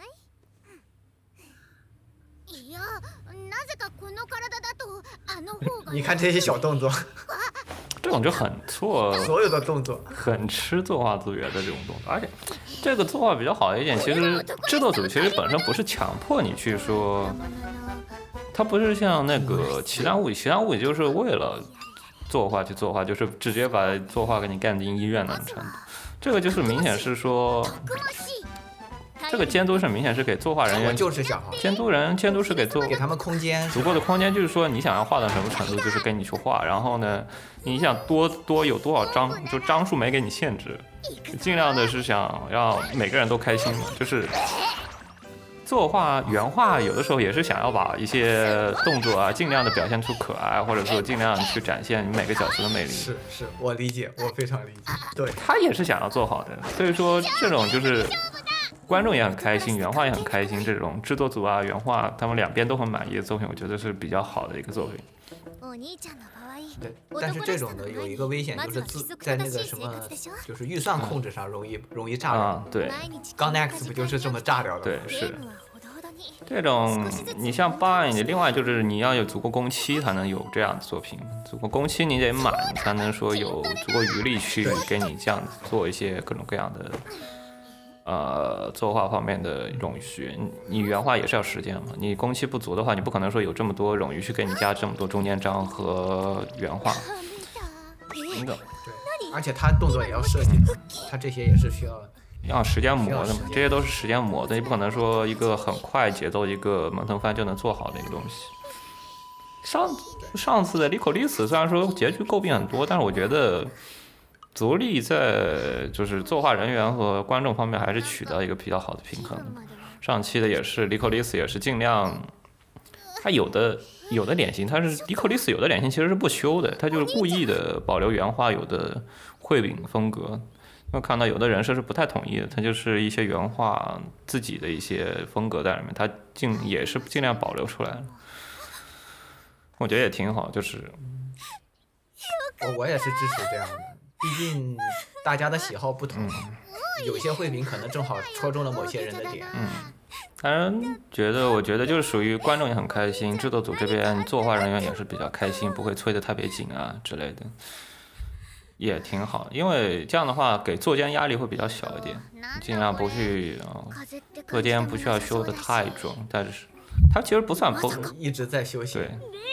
いや、なぜかこの体だとあの方が。 你看这些小动作， 这种就很错， 所有的动作， 很吃作画资源的这种动作，而且这个作画比较好的一点，其实制作组其实本身不是强迫你去说，它不是像那个《奇谭物语》，《奇谭物语》就是为了作画去作画，就是直接把作画给你干进医院那种程度。这个就是明显是说，这个监督是明显是给作画人我员， 就是想监督人监督是给作给他们空间， 足够的空间，就是说你想要画到什么程度，就是给你去画。然后呢，你想多多有多少张，就张数没给你限制，尽量的是想让每个人都开心嘛。就是作画原画有的时候也是想要把一些动作啊，尽量的表现出可爱，或者说尽量去展现你每个角色的魅力。 是是，我理解，我非常理解。对， 他也是想要做好的，所以说这种就是观众也很开心，原画也很开心，这种制作组啊、原画他们两边都很满意的作品，我觉得是比较好的一个作品。 对，但是这种的有一个危险，就是自在那个什么，就是预算控制上容易容易炸掉。 啊，对， 刚 Next 不就是这么炸掉的？ 对，是。这种你像 Bind， 你另外就是你要有足够工期才能有这样的作品，足够工期你得满才能说有足够余力去给你这样做一些各种各样的呃作画方面的冗余。你原画也是要时间嘛，你工期不足的话，你不可能说有这么多冗余去给你加这么多中间章和原画。你懂？ 对，而且他动作也要设计，他这些也是需要。 要时间磨的嘛，这些都是时间磨的，你不可能说一个很快节奏一个蒙腾番就能做好的一个东西。上上次的利口利斯虽然说结局诟病很多，但是我觉得足力在就是作画人员和观众方面还是取得一个比较好的平衡。上期的也是利口利斯也是尽量，他有的有的脸型他是利口利斯有的脸型其实是不修的，他就是故意的保留原画有的绘饼风格。我看到有的人设是不太统一的，他就是一些原画自己的一些风格在里面，他尽也是尽量保留出来了。我觉得也挺好，就是我我也是支持这样的，毕竟大家的喜好不同，嗯、有些绘饼可能正好戳中了某些人的点。 嗯，当然觉得我觉得就是属于观众也很开心，制作组这边作画人员也是比较开心，不会催得特别紧啊之类的。也挺好，因为这样的话给作监压力会比较小一点，尽量不去，呃、作监不需要修得太重，但是他其实不算不一直在休息。 对，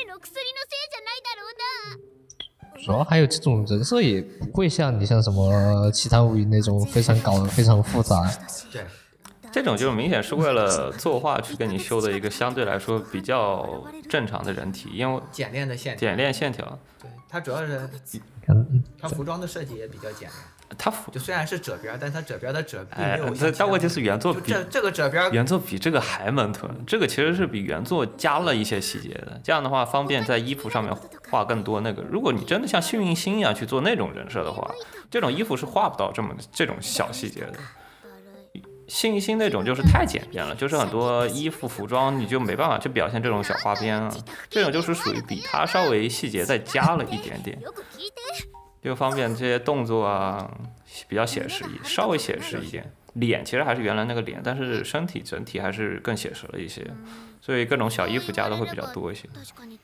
主要还有这种人设也不会像你像什么其他物语那种非常搞得非常复杂。 对， 这种就是明显是为了作画去给你修的一个相对来说比较正常的人体，因为简练的线条， 简练线条。 对， 它主要是看它服装的设计也比较简单。 它服就虽然是褶边，但它褶边的褶并哎没有， 这但问题是原作比就这这个褶边原作比这个还萌豚，这个其实是比原作加了一些细节的，这样的话方便在衣服上面画更多那个。如果你真的像幸运星一样去做那种人设的话，这种衣服是画不到这么这种小细节的。幸运星那种就是太简便了，就是很多衣服服装你就没办法去表现这种小花边啊，这种就是属于比它稍微细节再加了一点点。就方便这些动作啊，比较写实一，稍微写实一点。脸其实还是原来那个脸，但是身体整体还是更写实了一些，所以各种小衣服加的会比较多一些。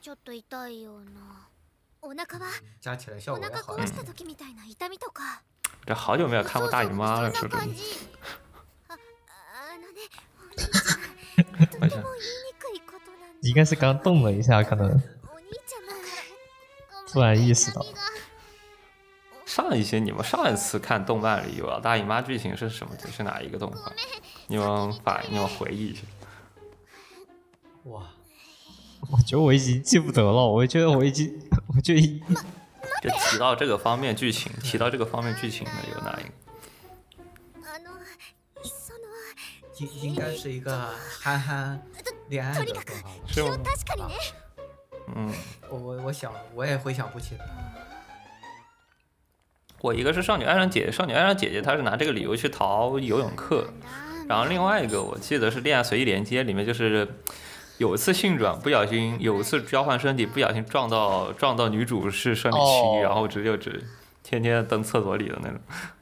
加起来效果也好一点。 这好久没有看过大姨妈了，说真的。我想应该是刚动了一下，可能突然意识到。 上一些你们上一次看动漫里有大姨妈剧情是什么？是哪一个动画？你们把你们回忆一下。 哇， 我觉得我已经记不得了，我觉得我已经，我就已就提到这个方面剧情，提到这个方面剧情的有哪一个？ 应应该是一个憨憨恋爱的动画， 是吗？嗯， 我我我想我也回想不起来。 我一个是少女爱上姐姐，少女爱上姐姐她是拿这个理由去逃游泳课，然后另外一个我记得是恋爱随意连接，里面就是有一次性转不小心，有一次交换身体不小心撞到撞到女主是生理期，哦、然后直接只天天蹬厕所里的那种。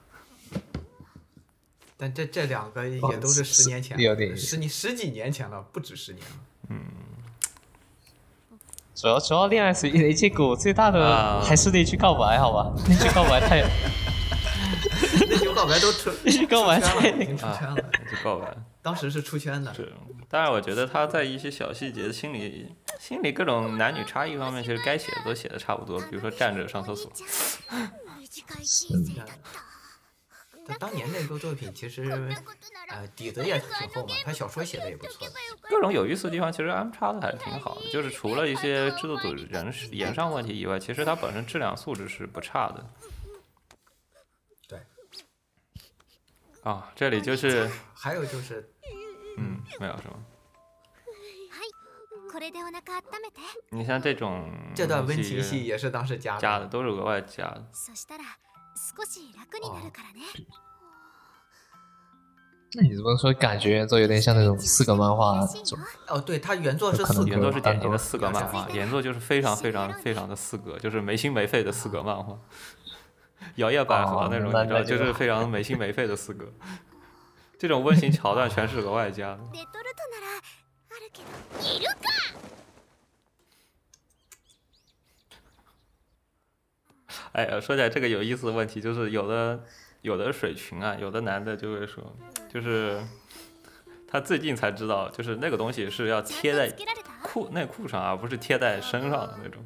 但这这两个也都是十年前了，十你十几年前了，不止十年了。 嗯。 主要主要恋爱随意连接给我最大的还是那句告白，好吧？那句告白太， 那句告白都出， 那句告白太已经出圈了。 那句告白， 当时是出圈的。 是，当然我觉得他在一些小细节、心理、心理各种男女差异方面，其实该写的都写的差不多。比如说站着上厕所。 他当年那部作品其实，呃，底子也挺厚嘛，他小说写的也不错。 各种有意思的地方其实安插的还是挺好的，就是除了一些制作组人言上问题以外，其实它本身质量素质是不差的。 对。 啊，这里就是。 还有就是， 嗯，没有什么。你像这种这段温情戏也是当时加的， 加的都是额外加的。 哦、 那你这么说，感觉原作有点像那种四格漫画那种。 哦，对，它原作是四格， 原作是典型的四格漫画，原作就是非常非常非常的四格，就是没心没肺的四格漫画。摇曳百合那种，你知道，就是非常没心没肺的四格。这种温情桥段全是额外加的。哎呀，说起来这个有意思的问题，就是有的有的水群啊，有的男的就会说，就是他最近才知道，就是那个东西是要贴在裤内裤上，而不是贴在身上的那种。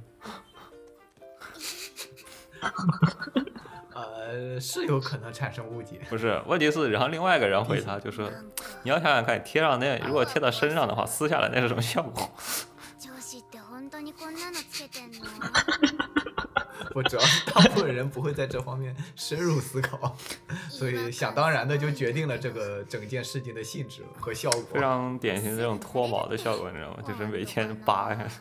呃，是有可能产生误解。 不是，问题是，然后另外一个人回他就说，你要想想看，贴上那如果贴到身上的话，撕下来那是什么效果？ 我主要是大部分人不会在这方面深入思考，所以想当然的就决定了这个整件事情的性质和效果。 非常典型的这种脱毛的效果，你知道吗？就是每天扒呀。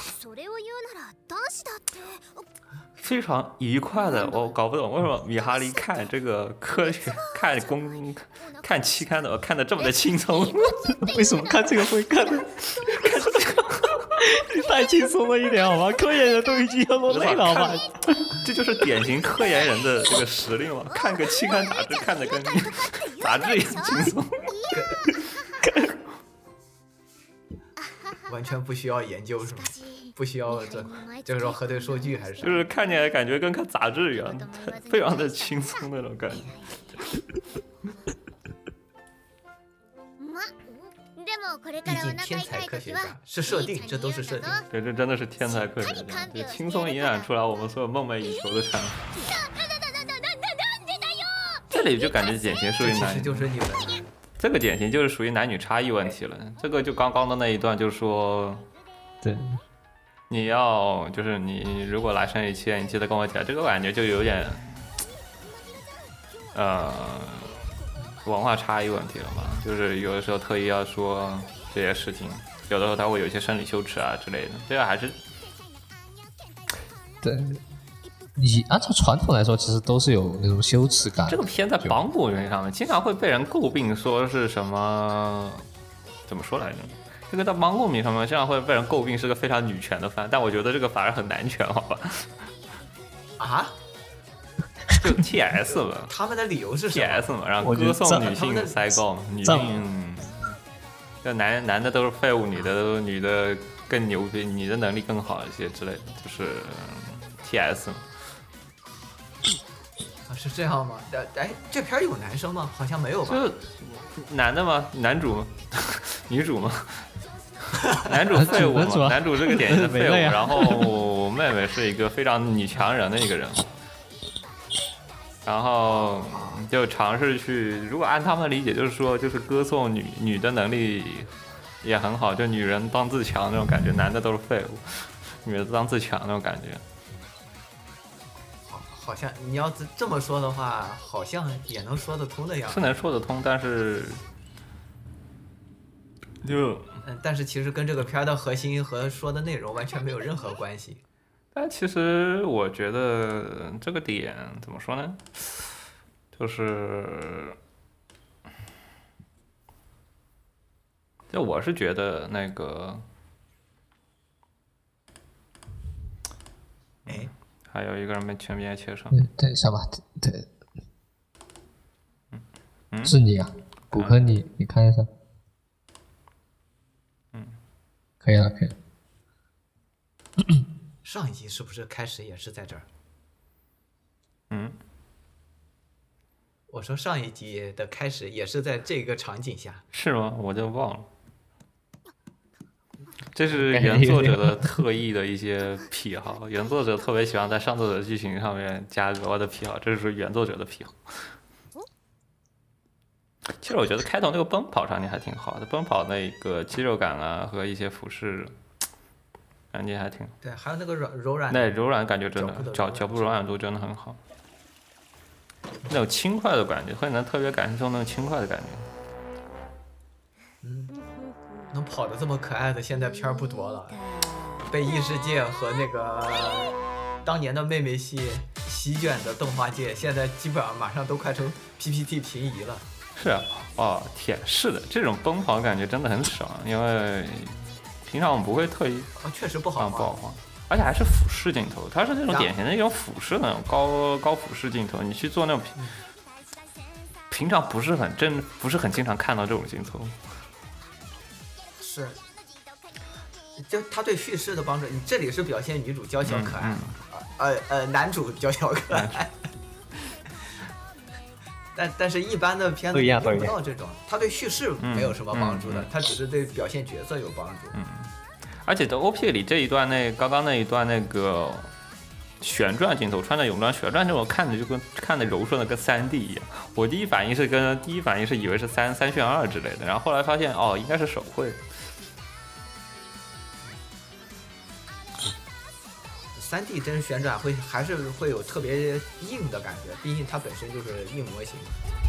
非常愉快的，我搞不懂为什么米哈里看这个科学、看公、看期刊的，看的这么的轻松。 为什么看这个会看的？看这个太轻松了一点好吗？科研人都已经要落泪了好吧？ 这就是典型科研人的这个实力嘛！看个期刊杂志看的跟杂志一样轻松。 完全不需要研究是吗？不需要这，就是说核对数据还是啥？ 就是看起来感觉跟看杂志一样，非常的轻松那种感觉。 毕竟天才科学家是设定，这都是设定。 对，这真的是天才科学家，就轻松隐染出来我们所有梦寐以求的产品。这里就感觉典型属于男， 其实就是你们。 这个典型就是属于男女差异问题了。这个就刚刚的那一段，就是说， 对， 你要就是你如果来生理期，你记得跟我讲，这个感觉就有点呃文化差异问题了嘛，就是有的时候特意要说这些事情，有的时候他会有一些生理羞耻啊之类的，这个还是对。你按照传统来说，其实都是有那种羞耻感。 这个片在绑古人上面经常会被人诟病，说是什么怎么说来着？这个在芒果迷上面经常会被人诟病是个非常女权的番，但我觉得这个反而很男权，好吧？ 啊？ 就 T S 嘛， 他们的理由是什 ？T 么 S 嘛，然后歌颂女性塞高，女性，就男男的都是废物，女的都女的更牛逼，你的能力更好一些之类的，就是 T S 嘛。 是这样吗？哎，这片有男生吗？好像没有吧？ 就男的吗？男主吗？女主吗？男主废物嘛，男主是个典型的废物，然后妹妹是一个非常女强人的一个人，然后就尝试去，如果按他们的理解，就是说就是歌颂女女的能力也很好，就女人当自强那种感觉，男的都是废物，女的当自强那种感觉。 好像你要这么说的话，好像也能说得通的样子。 是能说得通，但是就嗯，但是其实跟这个片的核心和说的内容完全没有任何关系。 但其实我觉得这个点怎么说呢？就是就我是觉得那个， 哎。 还有一个人没全面切上。 嗯，等一下吧，对， 嗯， 是你啊，骨科你，你看一下。 嗯， 可以了，可以了。 上一集是不是开始也是在这儿？ 嗯， 我说上一集的开始也是在这个场景下。 是吗？我就忘了。这是原作者的特意的一些癖好，原作者特别喜欢在上作者剧情上面加额外的癖好，这是原作者的癖好。其实我觉得开头那个奔跑场景还挺好的，奔跑那个肌肉感啊和一些俯视，感觉还挺对，还有那个软柔软， 那柔软感觉真的脚脚步柔软度真的很好，那种轻快的感觉，会能特别感受那种轻快的感觉。 嗯。能跑得这么可爱的现在片儿不多了，被异世界和那个当年的妹妹系席卷的动画界，现在基本上马上都快成 P P T 平移了。 是啊，哦天，是的，这种奔跑感觉真的很爽，因为平常我们不会特意啊，确实不好不好晃，而且还是俯视镜头，它是那种典型的一种俯视那种高高俯视镜头，你去做那种平平常不是很真，不是很经常看到这种镜头。 是，就他对叙事的帮助。你这里是表现女主娇小可爱， 嗯嗯、呃呃，男主娇小可爱。但但是，一般的片子用不到这种，他对叙事没有什么帮助的，他、嗯嗯、只是对表现角色有帮助。 嗯，而且在 O P 里这一段那刚刚那一段那个旋转镜头，穿着泳装旋转这种，看着就跟看着柔顺的跟三 D 一样。我第一反应是跟第一反应是以为是三三旋二之类的，然后后来发现哦，应该是手绘。 三 D 真旋转会还是会有特别硬的感觉，毕竟它本身就是硬模型。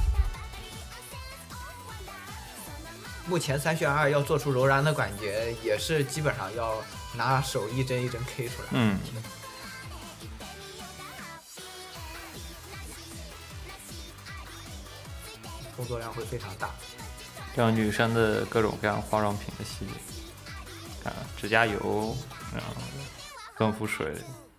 目前三旋二要做出柔软的感觉，也是基本上要拿手一针一针 K 出来。 嗯。 工作量会非常大。 这种女生的各种各样化妆品的系列，啊，指甲油，然后润肤水。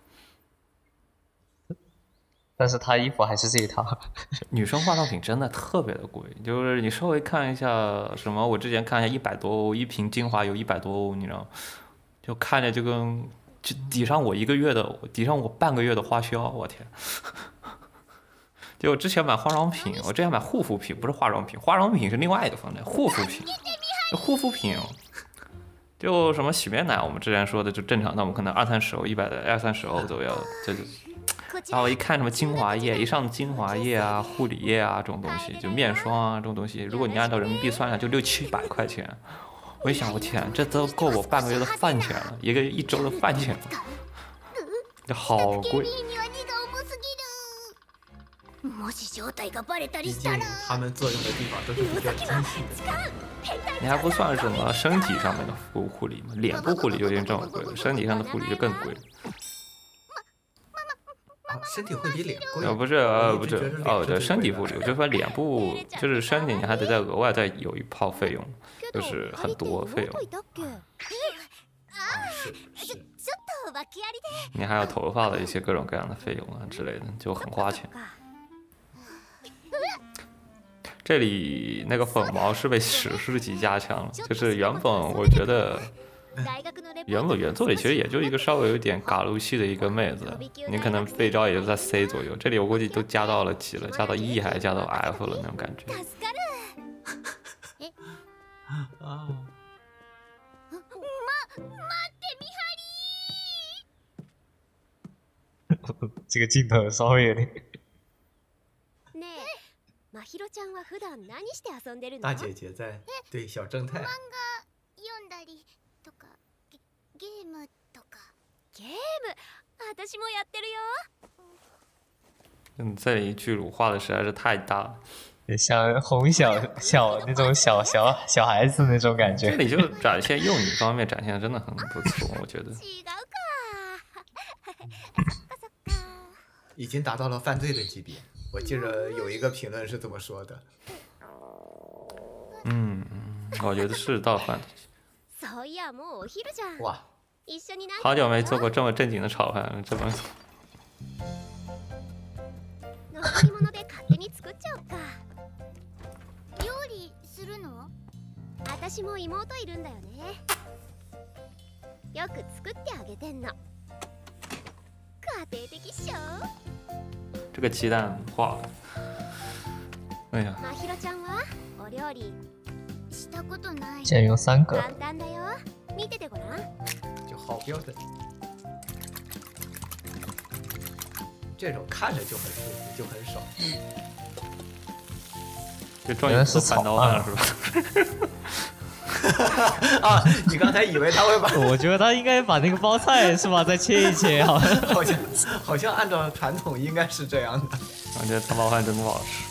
但是她衣服还是这一套。 女生化妆品真的特别的贵，就是你稍微看一下什么，我之前看一下一百多欧一瓶精华油，一百多欧，你知道，就看着就跟就抵上我一个月的，抵上我半个月的花销，我天！就我之前买化妆品，我之前买护肤品，不是化妆品，化妆品是另外一个分类，护肤品，护肤品，就什么洗面奶，我们之前说的就正常，那我们可能二三十欧，一百的二三十欧左右，这就。然后一看什么精华液，一上精华液啊、护理液啊这种东西，就面霜啊这种东西，如果你按照人民币算下，就六七百块钱， 我一想，我天，这都够我半个月的饭钱了，一个一周的饭钱了，这好贵。 毕竟他们作用的地方都是比较精细的。 你还不算什么身体上面的护护理吗？脸部护理就已经这么贵了，身体上的护理就更贵了。 啊，身体会比脸贵？ 呃，不是，呃，不是，哦，对，身体护理，我就说脸部就是身体，你还得再额外再有一泡费用，就是很多费用。 是是。 你还有头发的一些各种各样的费用啊之类的，就很花钱。这里那个粉毛是被史诗级加强了，就是原本我觉得，原本原作里其实也就一个稍微有点嘎鲁系的一个妹子，你可能背招也就在 C 左右，这里我估计都加到了几了，加到 E 还是加到 F 了那种感觉。 啊。 这个镜头稍微有点。 大姐姐在对小正太。 嗯，这里巨乳画的实在是太大了， 像哄小小那种小小小孩子那种感觉。 这里就展现幼女方面展现的真的很不错，我觉得。 已经达到了犯罪的级别。我记着有一个评论是这么说的。 嗯，我觉得是到犯罪。 哇， 好久没做过这么正经的炒饭了，这么。 私も妹いるんだよね。よく作ってあげてんの。家庭的っしょ。 这个鸡蛋化了。哎呀。 まひろちゃんはお料理したことない。 竟然用三个。 簡単だよ。見ててごらん。 就好标准。这种看着就很舒服，就很爽。 这终于做反刀饭了是吧？ 啊！你刚才以为他会把？ 我觉得他应该把那个包菜是吧，再切一切，好像好像好像按照传统应该是这样的。 我觉得汤包饭真不好吃。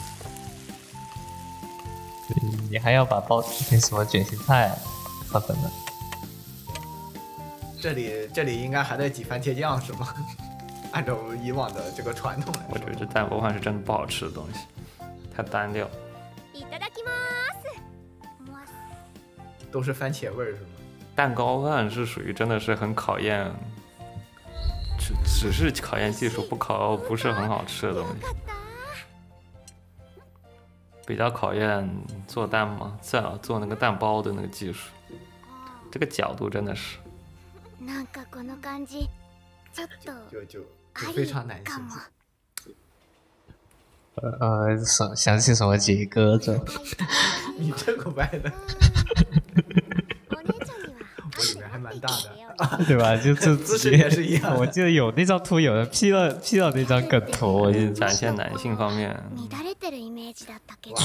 你还要把包那什么卷心菜放粉的。 这里这里应该还得挤番茄酱是吗？按照以往的这个传统来说， 我觉得这蛋包饭是真的不好吃的东西，太单调。 都是番茄味儿是吗？ 蛋糕饭是属于真的是很考验，只只是考验技术，不考不是很好吃的东西，比较考验做蛋嘛，最好做那个蛋包的那个技术，这个角度真的是。 就就就非常难行。 呃呃，想想起什么杰哥这？ 你这个歪的。我里面还蛮大的， 对吧？就就姿势也是一样。 我记得有那张图，有人 P 了 P 了那张梗图，我就展现男性方面。 哇，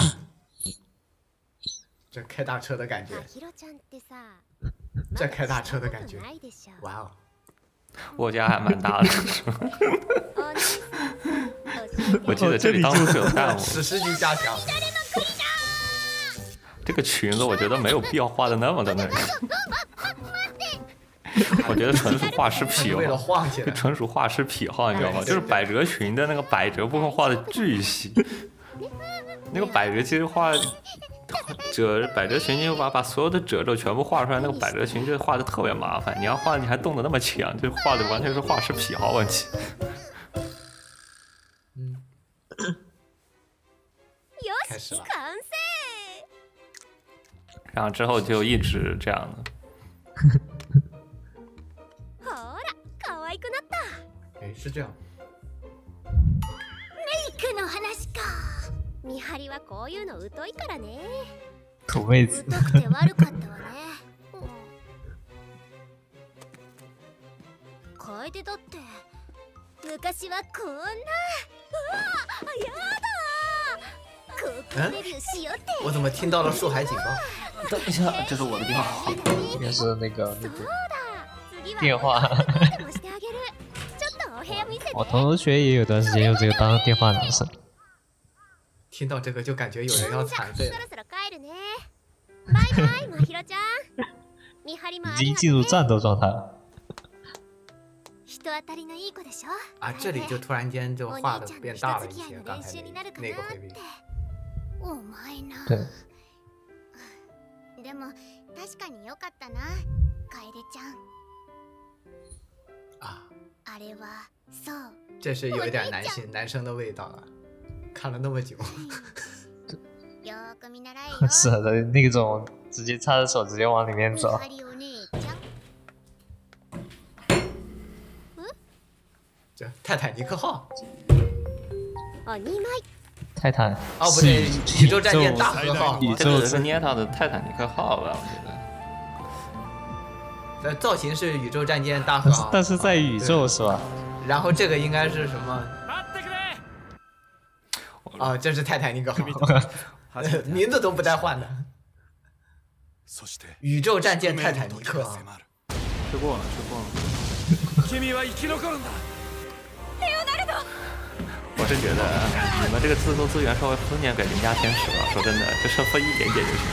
这开大车的感觉，这开大车的感觉，哇哦！ 我家还蛮大的，我记得这里当时是有弹幕。 史诗级加强。 这个裙子我觉得没有必要画的那么的那个，我觉得纯属画师癖好，这纯属画师癖好，你知道吗？就是百褶裙的那个百褶部分画的巨细，那个百褶其实画褶百褶裙就把把所有的褶皱全部画出来，那个百褶裙就画的特别麻烦，你要画你还动得那么强，就画的完全是画师癖好问题。 嗯，开始了。 然后之后就一直这样的。哎，是这样。 土妹子。 嗯，我怎么听到了树海警报？ 等一下，这是我的电话。 应该是那个那个次は电话。 でもしてあげる。ちょっとお部屋見せて。 我同学也有段时间用这个当电话男生。 听到这个就感觉有人要残废了。 そろそろ帰るね。バイバイ、まひろちゃん。見張りもあ已经进入战斗状态了。 人当たりのいい子でしょ。 啊，这里就突然间就画的变大了一些，刚才那那个回避。 お前な。 对。 でも確かに良かったな、楓ちゃん。 啊， あれはそう。 这是有一点男性男生的味道啊，看了那么久。 よく見習えよ。 是的，那种直接插着手直接往里面走。 这泰坦尼克号。 哦，你买。 泰坦哦，不对，宇宙战舰大和号， 宇这个是捏他的泰坦尼克号吧？我觉得。呃，造型是宇宙战舰大和号， 但是在宇宙是吧？ 然后这个应该是什么？哦，这是泰坦尼克号，名字都不带换的。宇宙战舰泰坦尼克啊！ 吃过了，吃过了。我是觉得你们这个制作资源稍微分点给邻家天使吧，说真的，就是分一点点就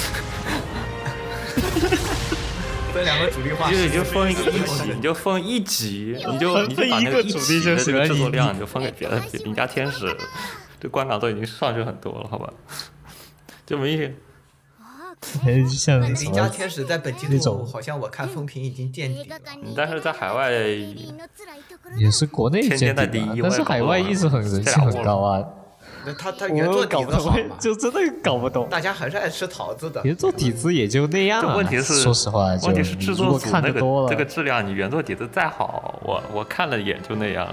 行了。 分两个主力画师，你就分一个一集，你就分一集，你就你就把那个一集的这个制作量，你就分给别的邻家天使，这观感都已经上去很多了，好吧？就没一。 像邻家天使在本季度好像我看风评已经见底了， 但是在海外也是国内见底了，但是海外一直很人气很高啊。 那他他原作底子好嘛？ 就真的搞不懂， 大家还是爱吃桃子的。 原作底子也就那样。 问题是， 说实话， 问题是制作组那个这个质量，你原作底子再好，我我看了也就那样。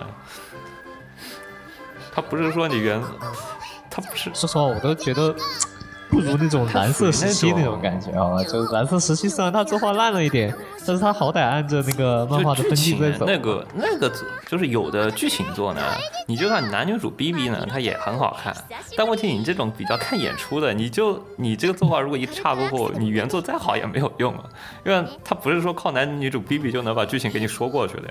他不是说你原，他不是。 说实话，我都觉得。不如那种蓝色时期那种感觉啊，就是蓝色时期虽然它作画烂了一点，但是它好歹按着那个漫画的分镜在走。 那个那个就是有的剧情做呢，你就算男女主 B B 呢，它也很好看。但问题你这种比较看演出的，你就你这个作画如果一差过后，你原作再好也没有用啊，因为它不是说靠男女主 B B 就能把剧情给你说过去的。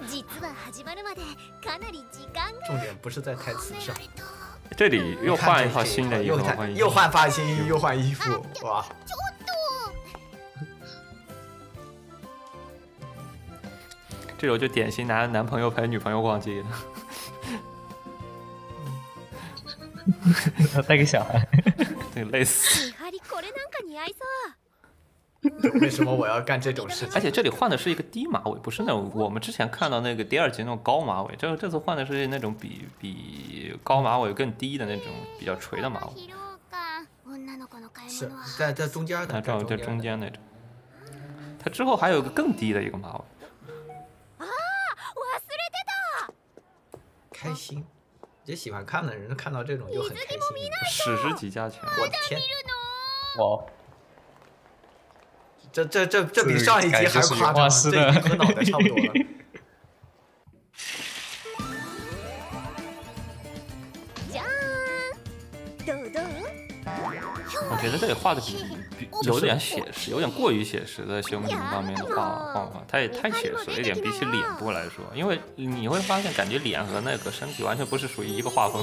重点不是在台词上。 这里又换一套新的衣服， 又换发型，又换衣服，哇！ 这种就典型男男朋友陪女朋友逛街， 带个小孩， 这个累死。 为什么我要干这种事情？ 而且这里换的是一个低马尾，不是那种我们之前看到那个第二集那种高马尾，这这次换的是那种比比高马尾更低的那种比较垂的马尾。 是在在中间的， 啊，正在中间那种。它之后还有一个更低的一个马尾。 开心，这喜欢看的人看到这种就很开心。 史诗级加钱！ 我的天！ 哇！ 这这这这比上一集还夸张，这已经和脑袋差不多了。 我觉得这里画的比比有点写实，有点过于写实的胸型方面的画画法，它也太写实了一点，比起脸部来说，因为你会发现感觉脸和那个身体完全不是属于一个画风。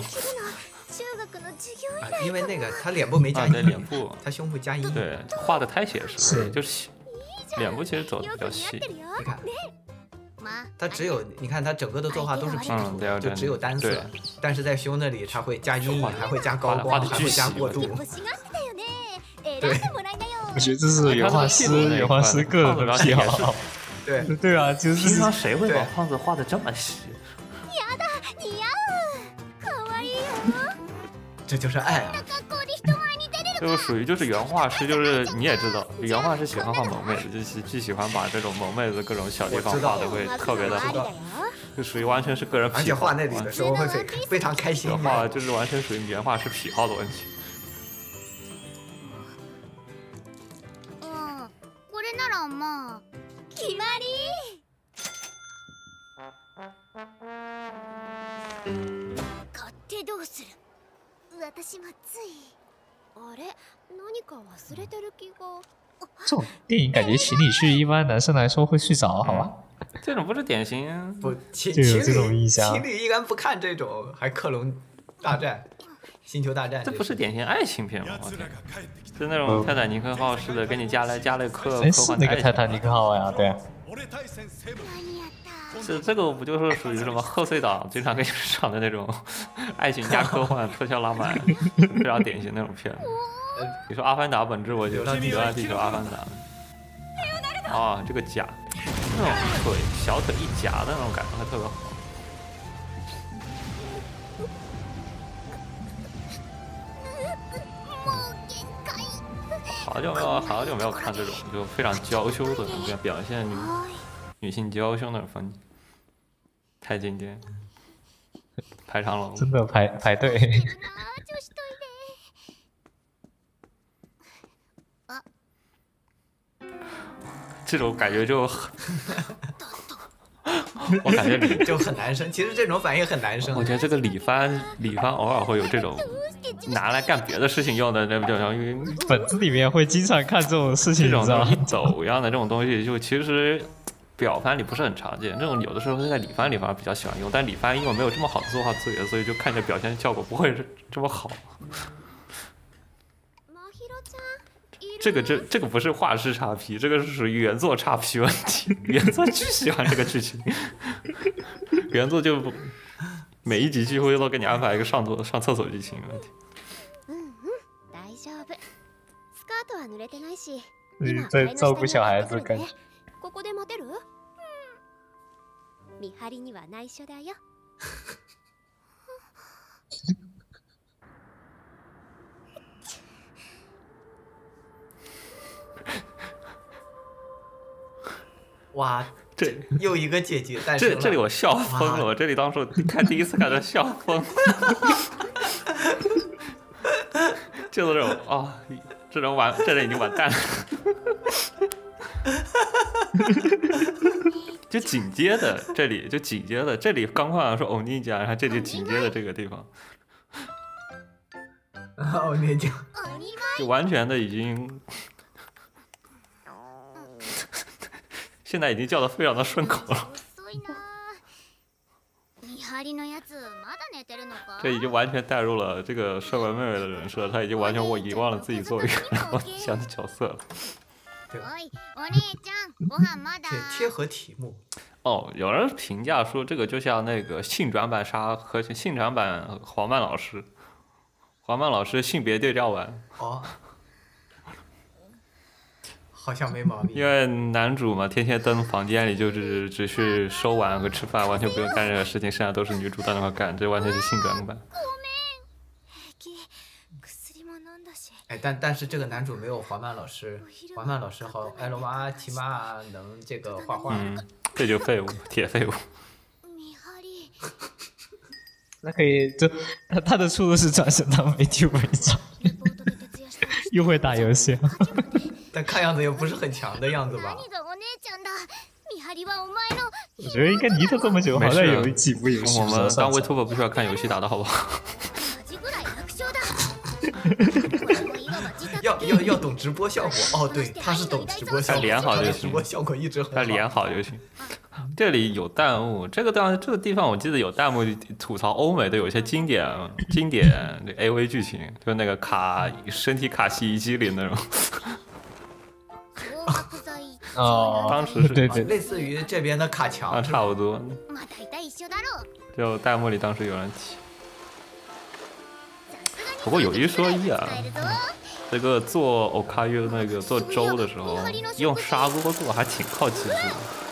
啊，因为那个他脸部没加阴，啊、对脸部， 他胸部加阴， 对，画的太写实了，就是脸部其实走的比较细。 你看，他只有你看他整个的作画都是平涂， 嗯、 就只有单色，但是在胸那里他会加阴影，还会加高光，还会加过渡。对， 我觉得这是原画师原画师个人的癖好。 对对啊，就是平常谁会把胖子画的这么细？ 这就是爱啊！ 就是属于就是原画师，就是你也知道，原画师喜欢画萌妹子，就是既喜欢把这种萌妹子各种小地方画的会特别的好，就属于完全是个人癖好。 而且画那里的时候会非非常开心。 画就是完全属于原画师癖好的问题。 嗯，これならまあ決まり。買ってどうする？私もつい。 あれ何か忘れてる気が。 这种电影感觉情侣剧一般男生来说会睡着，好吧？ 这种不是典型， 不，情就有这情侣种印象情侣一般不看这种，还克隆大战、星球大战， 这不是典型爱情片吗？我天，是那种泰坦尼克号似的，给你加了加了科哎， 科是那个幻的爱情。 泰坦尼克号呀，对啊。 这这个不就是属于什么贺岁档经常给你上的那种爱情加科幻特效浪漫，非常典型那种片子。你说《阿凡达》本质，我觉得是《流浪地球》《阿凡达》。啊，这个夹，那种腿小腿一夹的那种感觉还特别好。好久没有好久没有看这种就非常娇羞的那种表现女女性娇羞那种风景，太经典，排长龙， 真的排排队。 这种感觉就很，我感觉李就很男生。其实这种反应很男生。 我觉得这个李帆李帆偶尔会有这种拿来干别的事情用的，那不就因为本子里面会经常看这种事情， 这种你知道吗一走一样的这种东西，就其实表番里不是很常见。这种有的时候在李番里反而比较喜欢用，但李番因为没有这么好的作画资源，所以就看着表现效果不会是这么好。这个这这个不是画师差评，这个是属于原作差评问题。原作巨喜欢这个剧情，原作就每一集几乎都给你安排一个上厕上厕所剧情问题。 大丈夫。スカートは濡れてないし。 嗯，在照顾小孩子感觉。 ここで待てる？見張りには内緒だよ。 哇， 这又一个结局诞生了。 这这里我笑疯了，我这里当时看第一次看到笑疯了。就是这种啊、哦，这种完，这人已经完蛋了。就紧接着这里，就紧接着这里刚换完说欧尼酱，然后这就紧接着这个地方， 欧尼酱， 就完全的已经。现在已经叫得非常的顺口了，这已经完全带入了这个社会妹妹的人设，他已经完全我遗忘了自己作为一个偶像的角色了。 对，贴合题目。 哦，有人评价说这个就像那个性转版沙和性转版黄曼老师，黄曼老师性别对调版。 哦。好像没毛病， 因为男主嘛，天天登房间里就是只去收碗和吃饭，完全不用干任何事情，剩下都是女主在那块干，这完全是性转版。 哎，但但是这个男主没有华曼老师，华曼老师和艾罗玛起码能这个画画。 嗯，这就废物，铁废物。 那可以，就他他的出路是转身当媒体文章，又会打游戏。 但看样子也不是很强的样子吧？ 我觉得应该离他这么久，好像有几部游戏。 我们当 VTuber 不需要看游戏打的好不好？ 要要要懂直播效果哦，对，他是懂直播效果， 他脸好就行， 直播效果一直很好， 他脸好就行。这里有弹幕，这个地方这个地方我记得有弹幕吐槽欧美的有些经典经典 A V 剧情，就那个卡身体卡洗衣机里那种。 哦， 当时是对对， 类似于这边的卡墙啊，差不多。就弹幕里当时有人提。不过有一说一啊，这个做 okayu 那个做粥的时候，用砂锅做还挺靠技术的。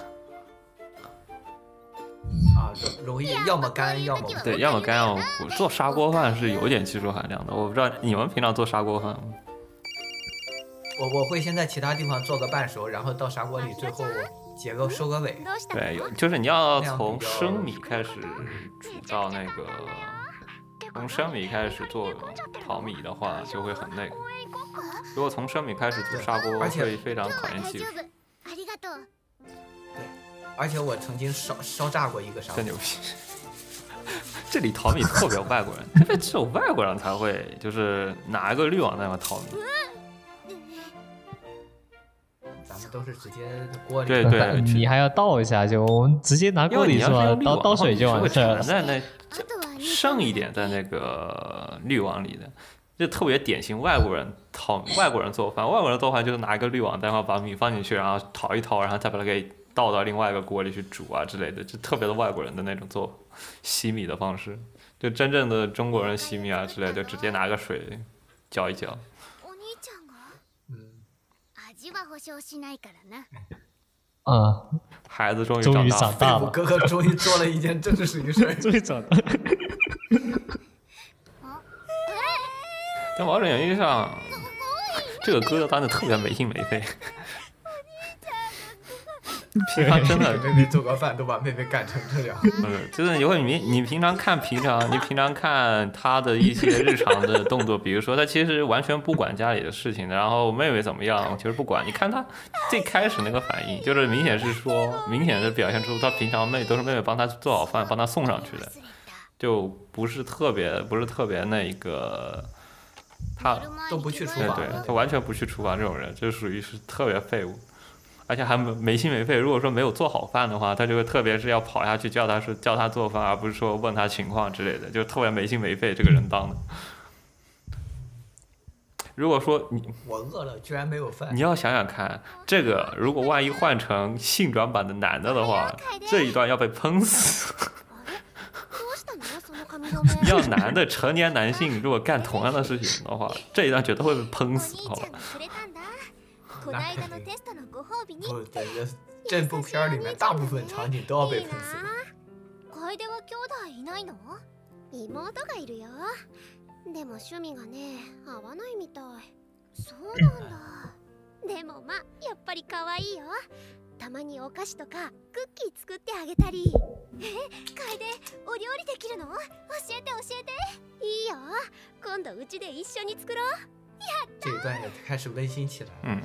啊，容易要么干要么对，要么干要么糊。做砂锅饭是有点技术含量的，我不知道你们平常做砂锅饭吗？ 我我会先在其他地方做个半熟，然后到砂锅里，最后结个收个尾。 对，有就是你要从生米开始煮到那个，从生米开始做淘米的话，就会很那个。如果从生米开始煮砂锅，会非常考验技术。 对，而且我曾经烧烧炸过一个砂锅。 真牛逼！ 这里淘米特别外国人，特别只有外国人才会，就是拿一个滤网在那淘米。 咱们都是直接锅里。 对对， 你还要倒一下，就我们直接拿锅里是吧？倒倒水就完事了。 在那剩一点在那个滤网里的，就特别典型外国人淘外国人做饭，外国人做饭就是拿一个滤网，然后把米放进去，然后淘一淘，然后再把它给倒到另外一个锅里去煮啊之类的，就特别的外国人的那种做洗米的方式。就真正的中国人洗米啊之类的，就直接拿个水搅一搅。 嗯， 孩子终于终于长大了， 我哥哥终于做了一件正式的事儿， 终于长大。 在某种原因上，这个哥哥当的特别没心没肺。平常真的给妹妹做个饭都把妹妹干成这样。 嗯，就是你会你你平常看平常你平常看他的一些日常的动作，比如说他其实完全不管家里的事情，然后妹妹怎么样其实不管。你看他最开始那个反应，就是明显是说明显的表现出他平常妹都是妹妹帮他做好饭帮他送上去的，就不是特别不是特别那个他都不去厨房， 对对，他完全不去厨房这种人，就属于是特别废物。而且还没心没肺。如果说没有做好饭的话，他就会特别是要跑下去叫他说叫他做饭，而不是说问他情况之类的，就特别没心没肺。这个人当的。如果说你我饿了居然没有饭， 你要想想看，这个如果万一换成性转版的男的的话，这一段要被喷死。要男的成年男性如果干同样的事情的话，这一段绝对会被喷死，好吧？ 那肯定不对，这部片里面大部分场景都要被喷死。 楓は兄弟いないの？妹がいるよ。でも趣味がね合わないみたい。そうなんだ。でもまあやっぱり可愛いよ。たまにお菓子とかクッキー作ってあげたり。え、楓、お料理できるの？教えて教えて。いいよ。今度うちで一緒に作ろう。やった。 这一段也开始温馨起来了。 嗯。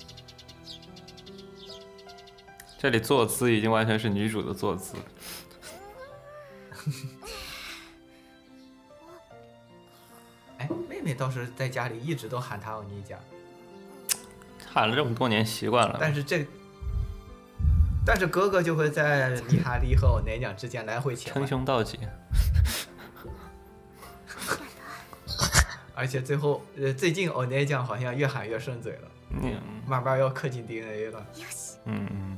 这里坐姿已经完全是女主的坐姿。 哎，妹妹倒是在家里一直都喊她欧尼酱， 喊了这么多年习惯了。 但是这，但是哥哥就会在米哈利和欧尼酱之间来回切换， 称兄道弟。 而且最后，呃，最近欧尼酱好像越喊越顺嘴了， 嗯， 慢慢要刻进 D N A 了。 嗯嗯。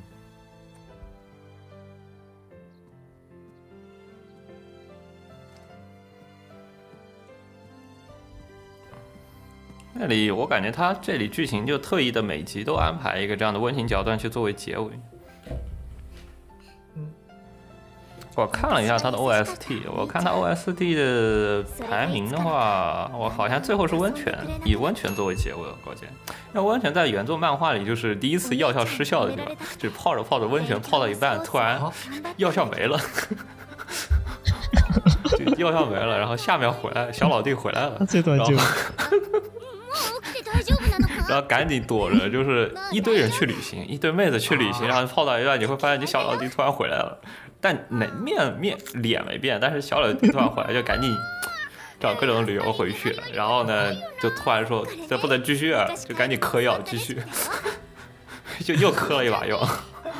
那里我感觉他这里剧情就特意的每集都安排一个这样的温情桥段去作为结尾。我看了一下他的 O S T， 我看他 O S T 的排名的话，我好像最后是温泉，以温泉作为结尾，我感觉。因为温泉在原作漫画里就是第一次药效失效的地方，就是泡着泡着温泉泡到一半，突然药效没了。就药效没了，然后下面回来，小老弟回来了， 这段就。 然后赶紧躲着，就是一堆人去旅行，一堆妹子去旅行，然后泡到一半，你会发现你小老弟突然回来了，但那面面脸没变，但是小老弟突然回来就赶紧找各种理由回去了，然后呢就突然说这不能继续啊，就赶紧嗑药继续，就又嗑了一把药。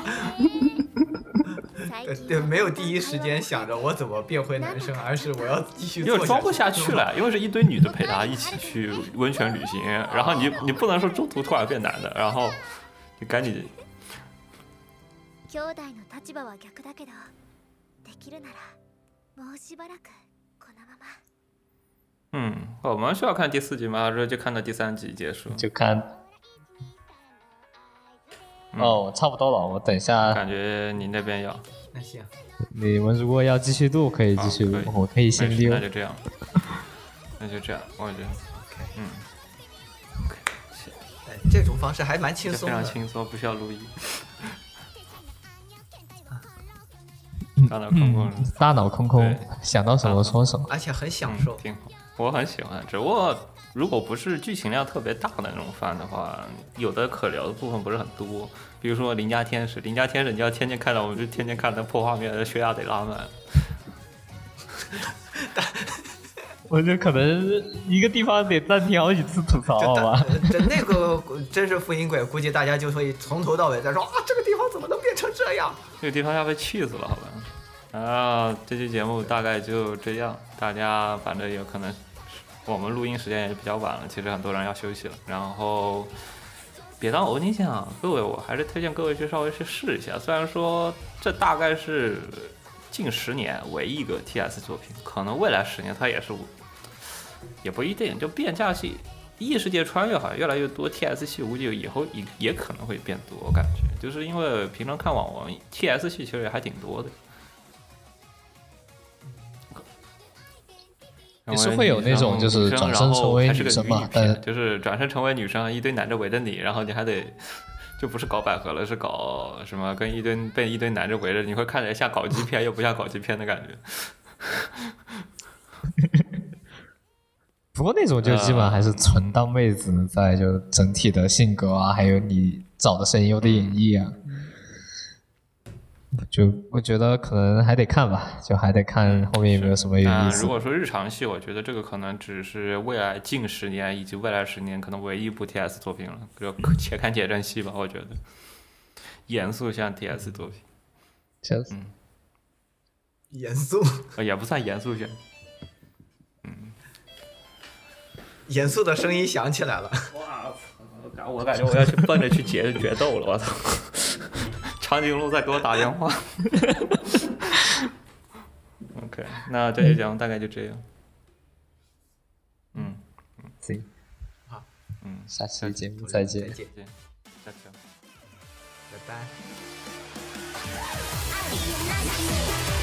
对，没有第一时间想着我怎么变回男生，而是我要继续做下去。 因为装不下去了，因为是一堆女的陪他一起去温泉旅行，然后你你不能说中途突然变男的，然后你赶紧。 兄弟の立場は逆だけど、できるならもうしばらくこのまま。 嗯，我们需要看第四集吗？还是就看到第三集结束？ 就看。哦，差不多了，我等一下。 感觉你那边要。 那行。 你们如果要继续录，可以继续录，啊、我可以先溜。 那就这样。那就这样，我觉得。 OK。 嗯。 OK。哎，这种方式还蛮轻松的。 非常轻松，不需要录音。大脑空空、 嗯，大脑空空，想到什么说什么， 而且很享受、 嗯，挺好。我很喜欢，只不过如果不是剧情量特别大的那种番的话，有的可聊的部分不是很多。比如说《邻家天使》，《邻家天使》你要天天看到，我们就天天看那破画面，血压得拉满。 我就可能一个地方得暂停好几次吐槽，好吧？ 这那个真是复音轨，估计大家就会从头到尾在说啊，这个地方怎么能变成这样？ 这个地方要被气死了，好吧？啊，这期节目大概就这样，大家反正有可能我们录音时间也比较晚了，其实很多人要休息了，然后别当欧尼酱，各位我还是推荐各位去稍微去试一下，虽然说这大概是近十年唯一一个 T S 作品，可能未来十年它也是，也不一定，就变价系异世界穿越好像越来越多 ，T S 系估计以后也也可能会变多，我感觉就是因为平常看网文 T S 系其实也还挺多的。 也是会有那种就是转身成为女生嘛，但就是转身成为女生，一堆男的围着你，然后你还得就不是搞百合了，是搞什么跟一堆被一堆男的围着，你会看着像搞基片又不像搞基片的感觉。 不过那种就基本上还是纯当妹子在，就整体的性格啊，还有你找的声优的演绎啊。就我觉得可能还得看吧，就还得看后面有没有什么有意思。 如果说日常戏，我觉得这个可能只是未来近十年以及未来十年可能唯一一部 T S 作品了，就且看且珍惜吧。我觉得严肃像 T S 作品， 确实， 嗯， 严肃也不算严肃像，嗯， 严肃的声音响起来了。 哇操！我感觉我要去奔着去决决斗了，我操！长颈鹿在给我打电话。OK， 那这期节目大概就这样。嗯， 行， 好， 嗯， 下期节目再见。 再见， 下期， 拜拜。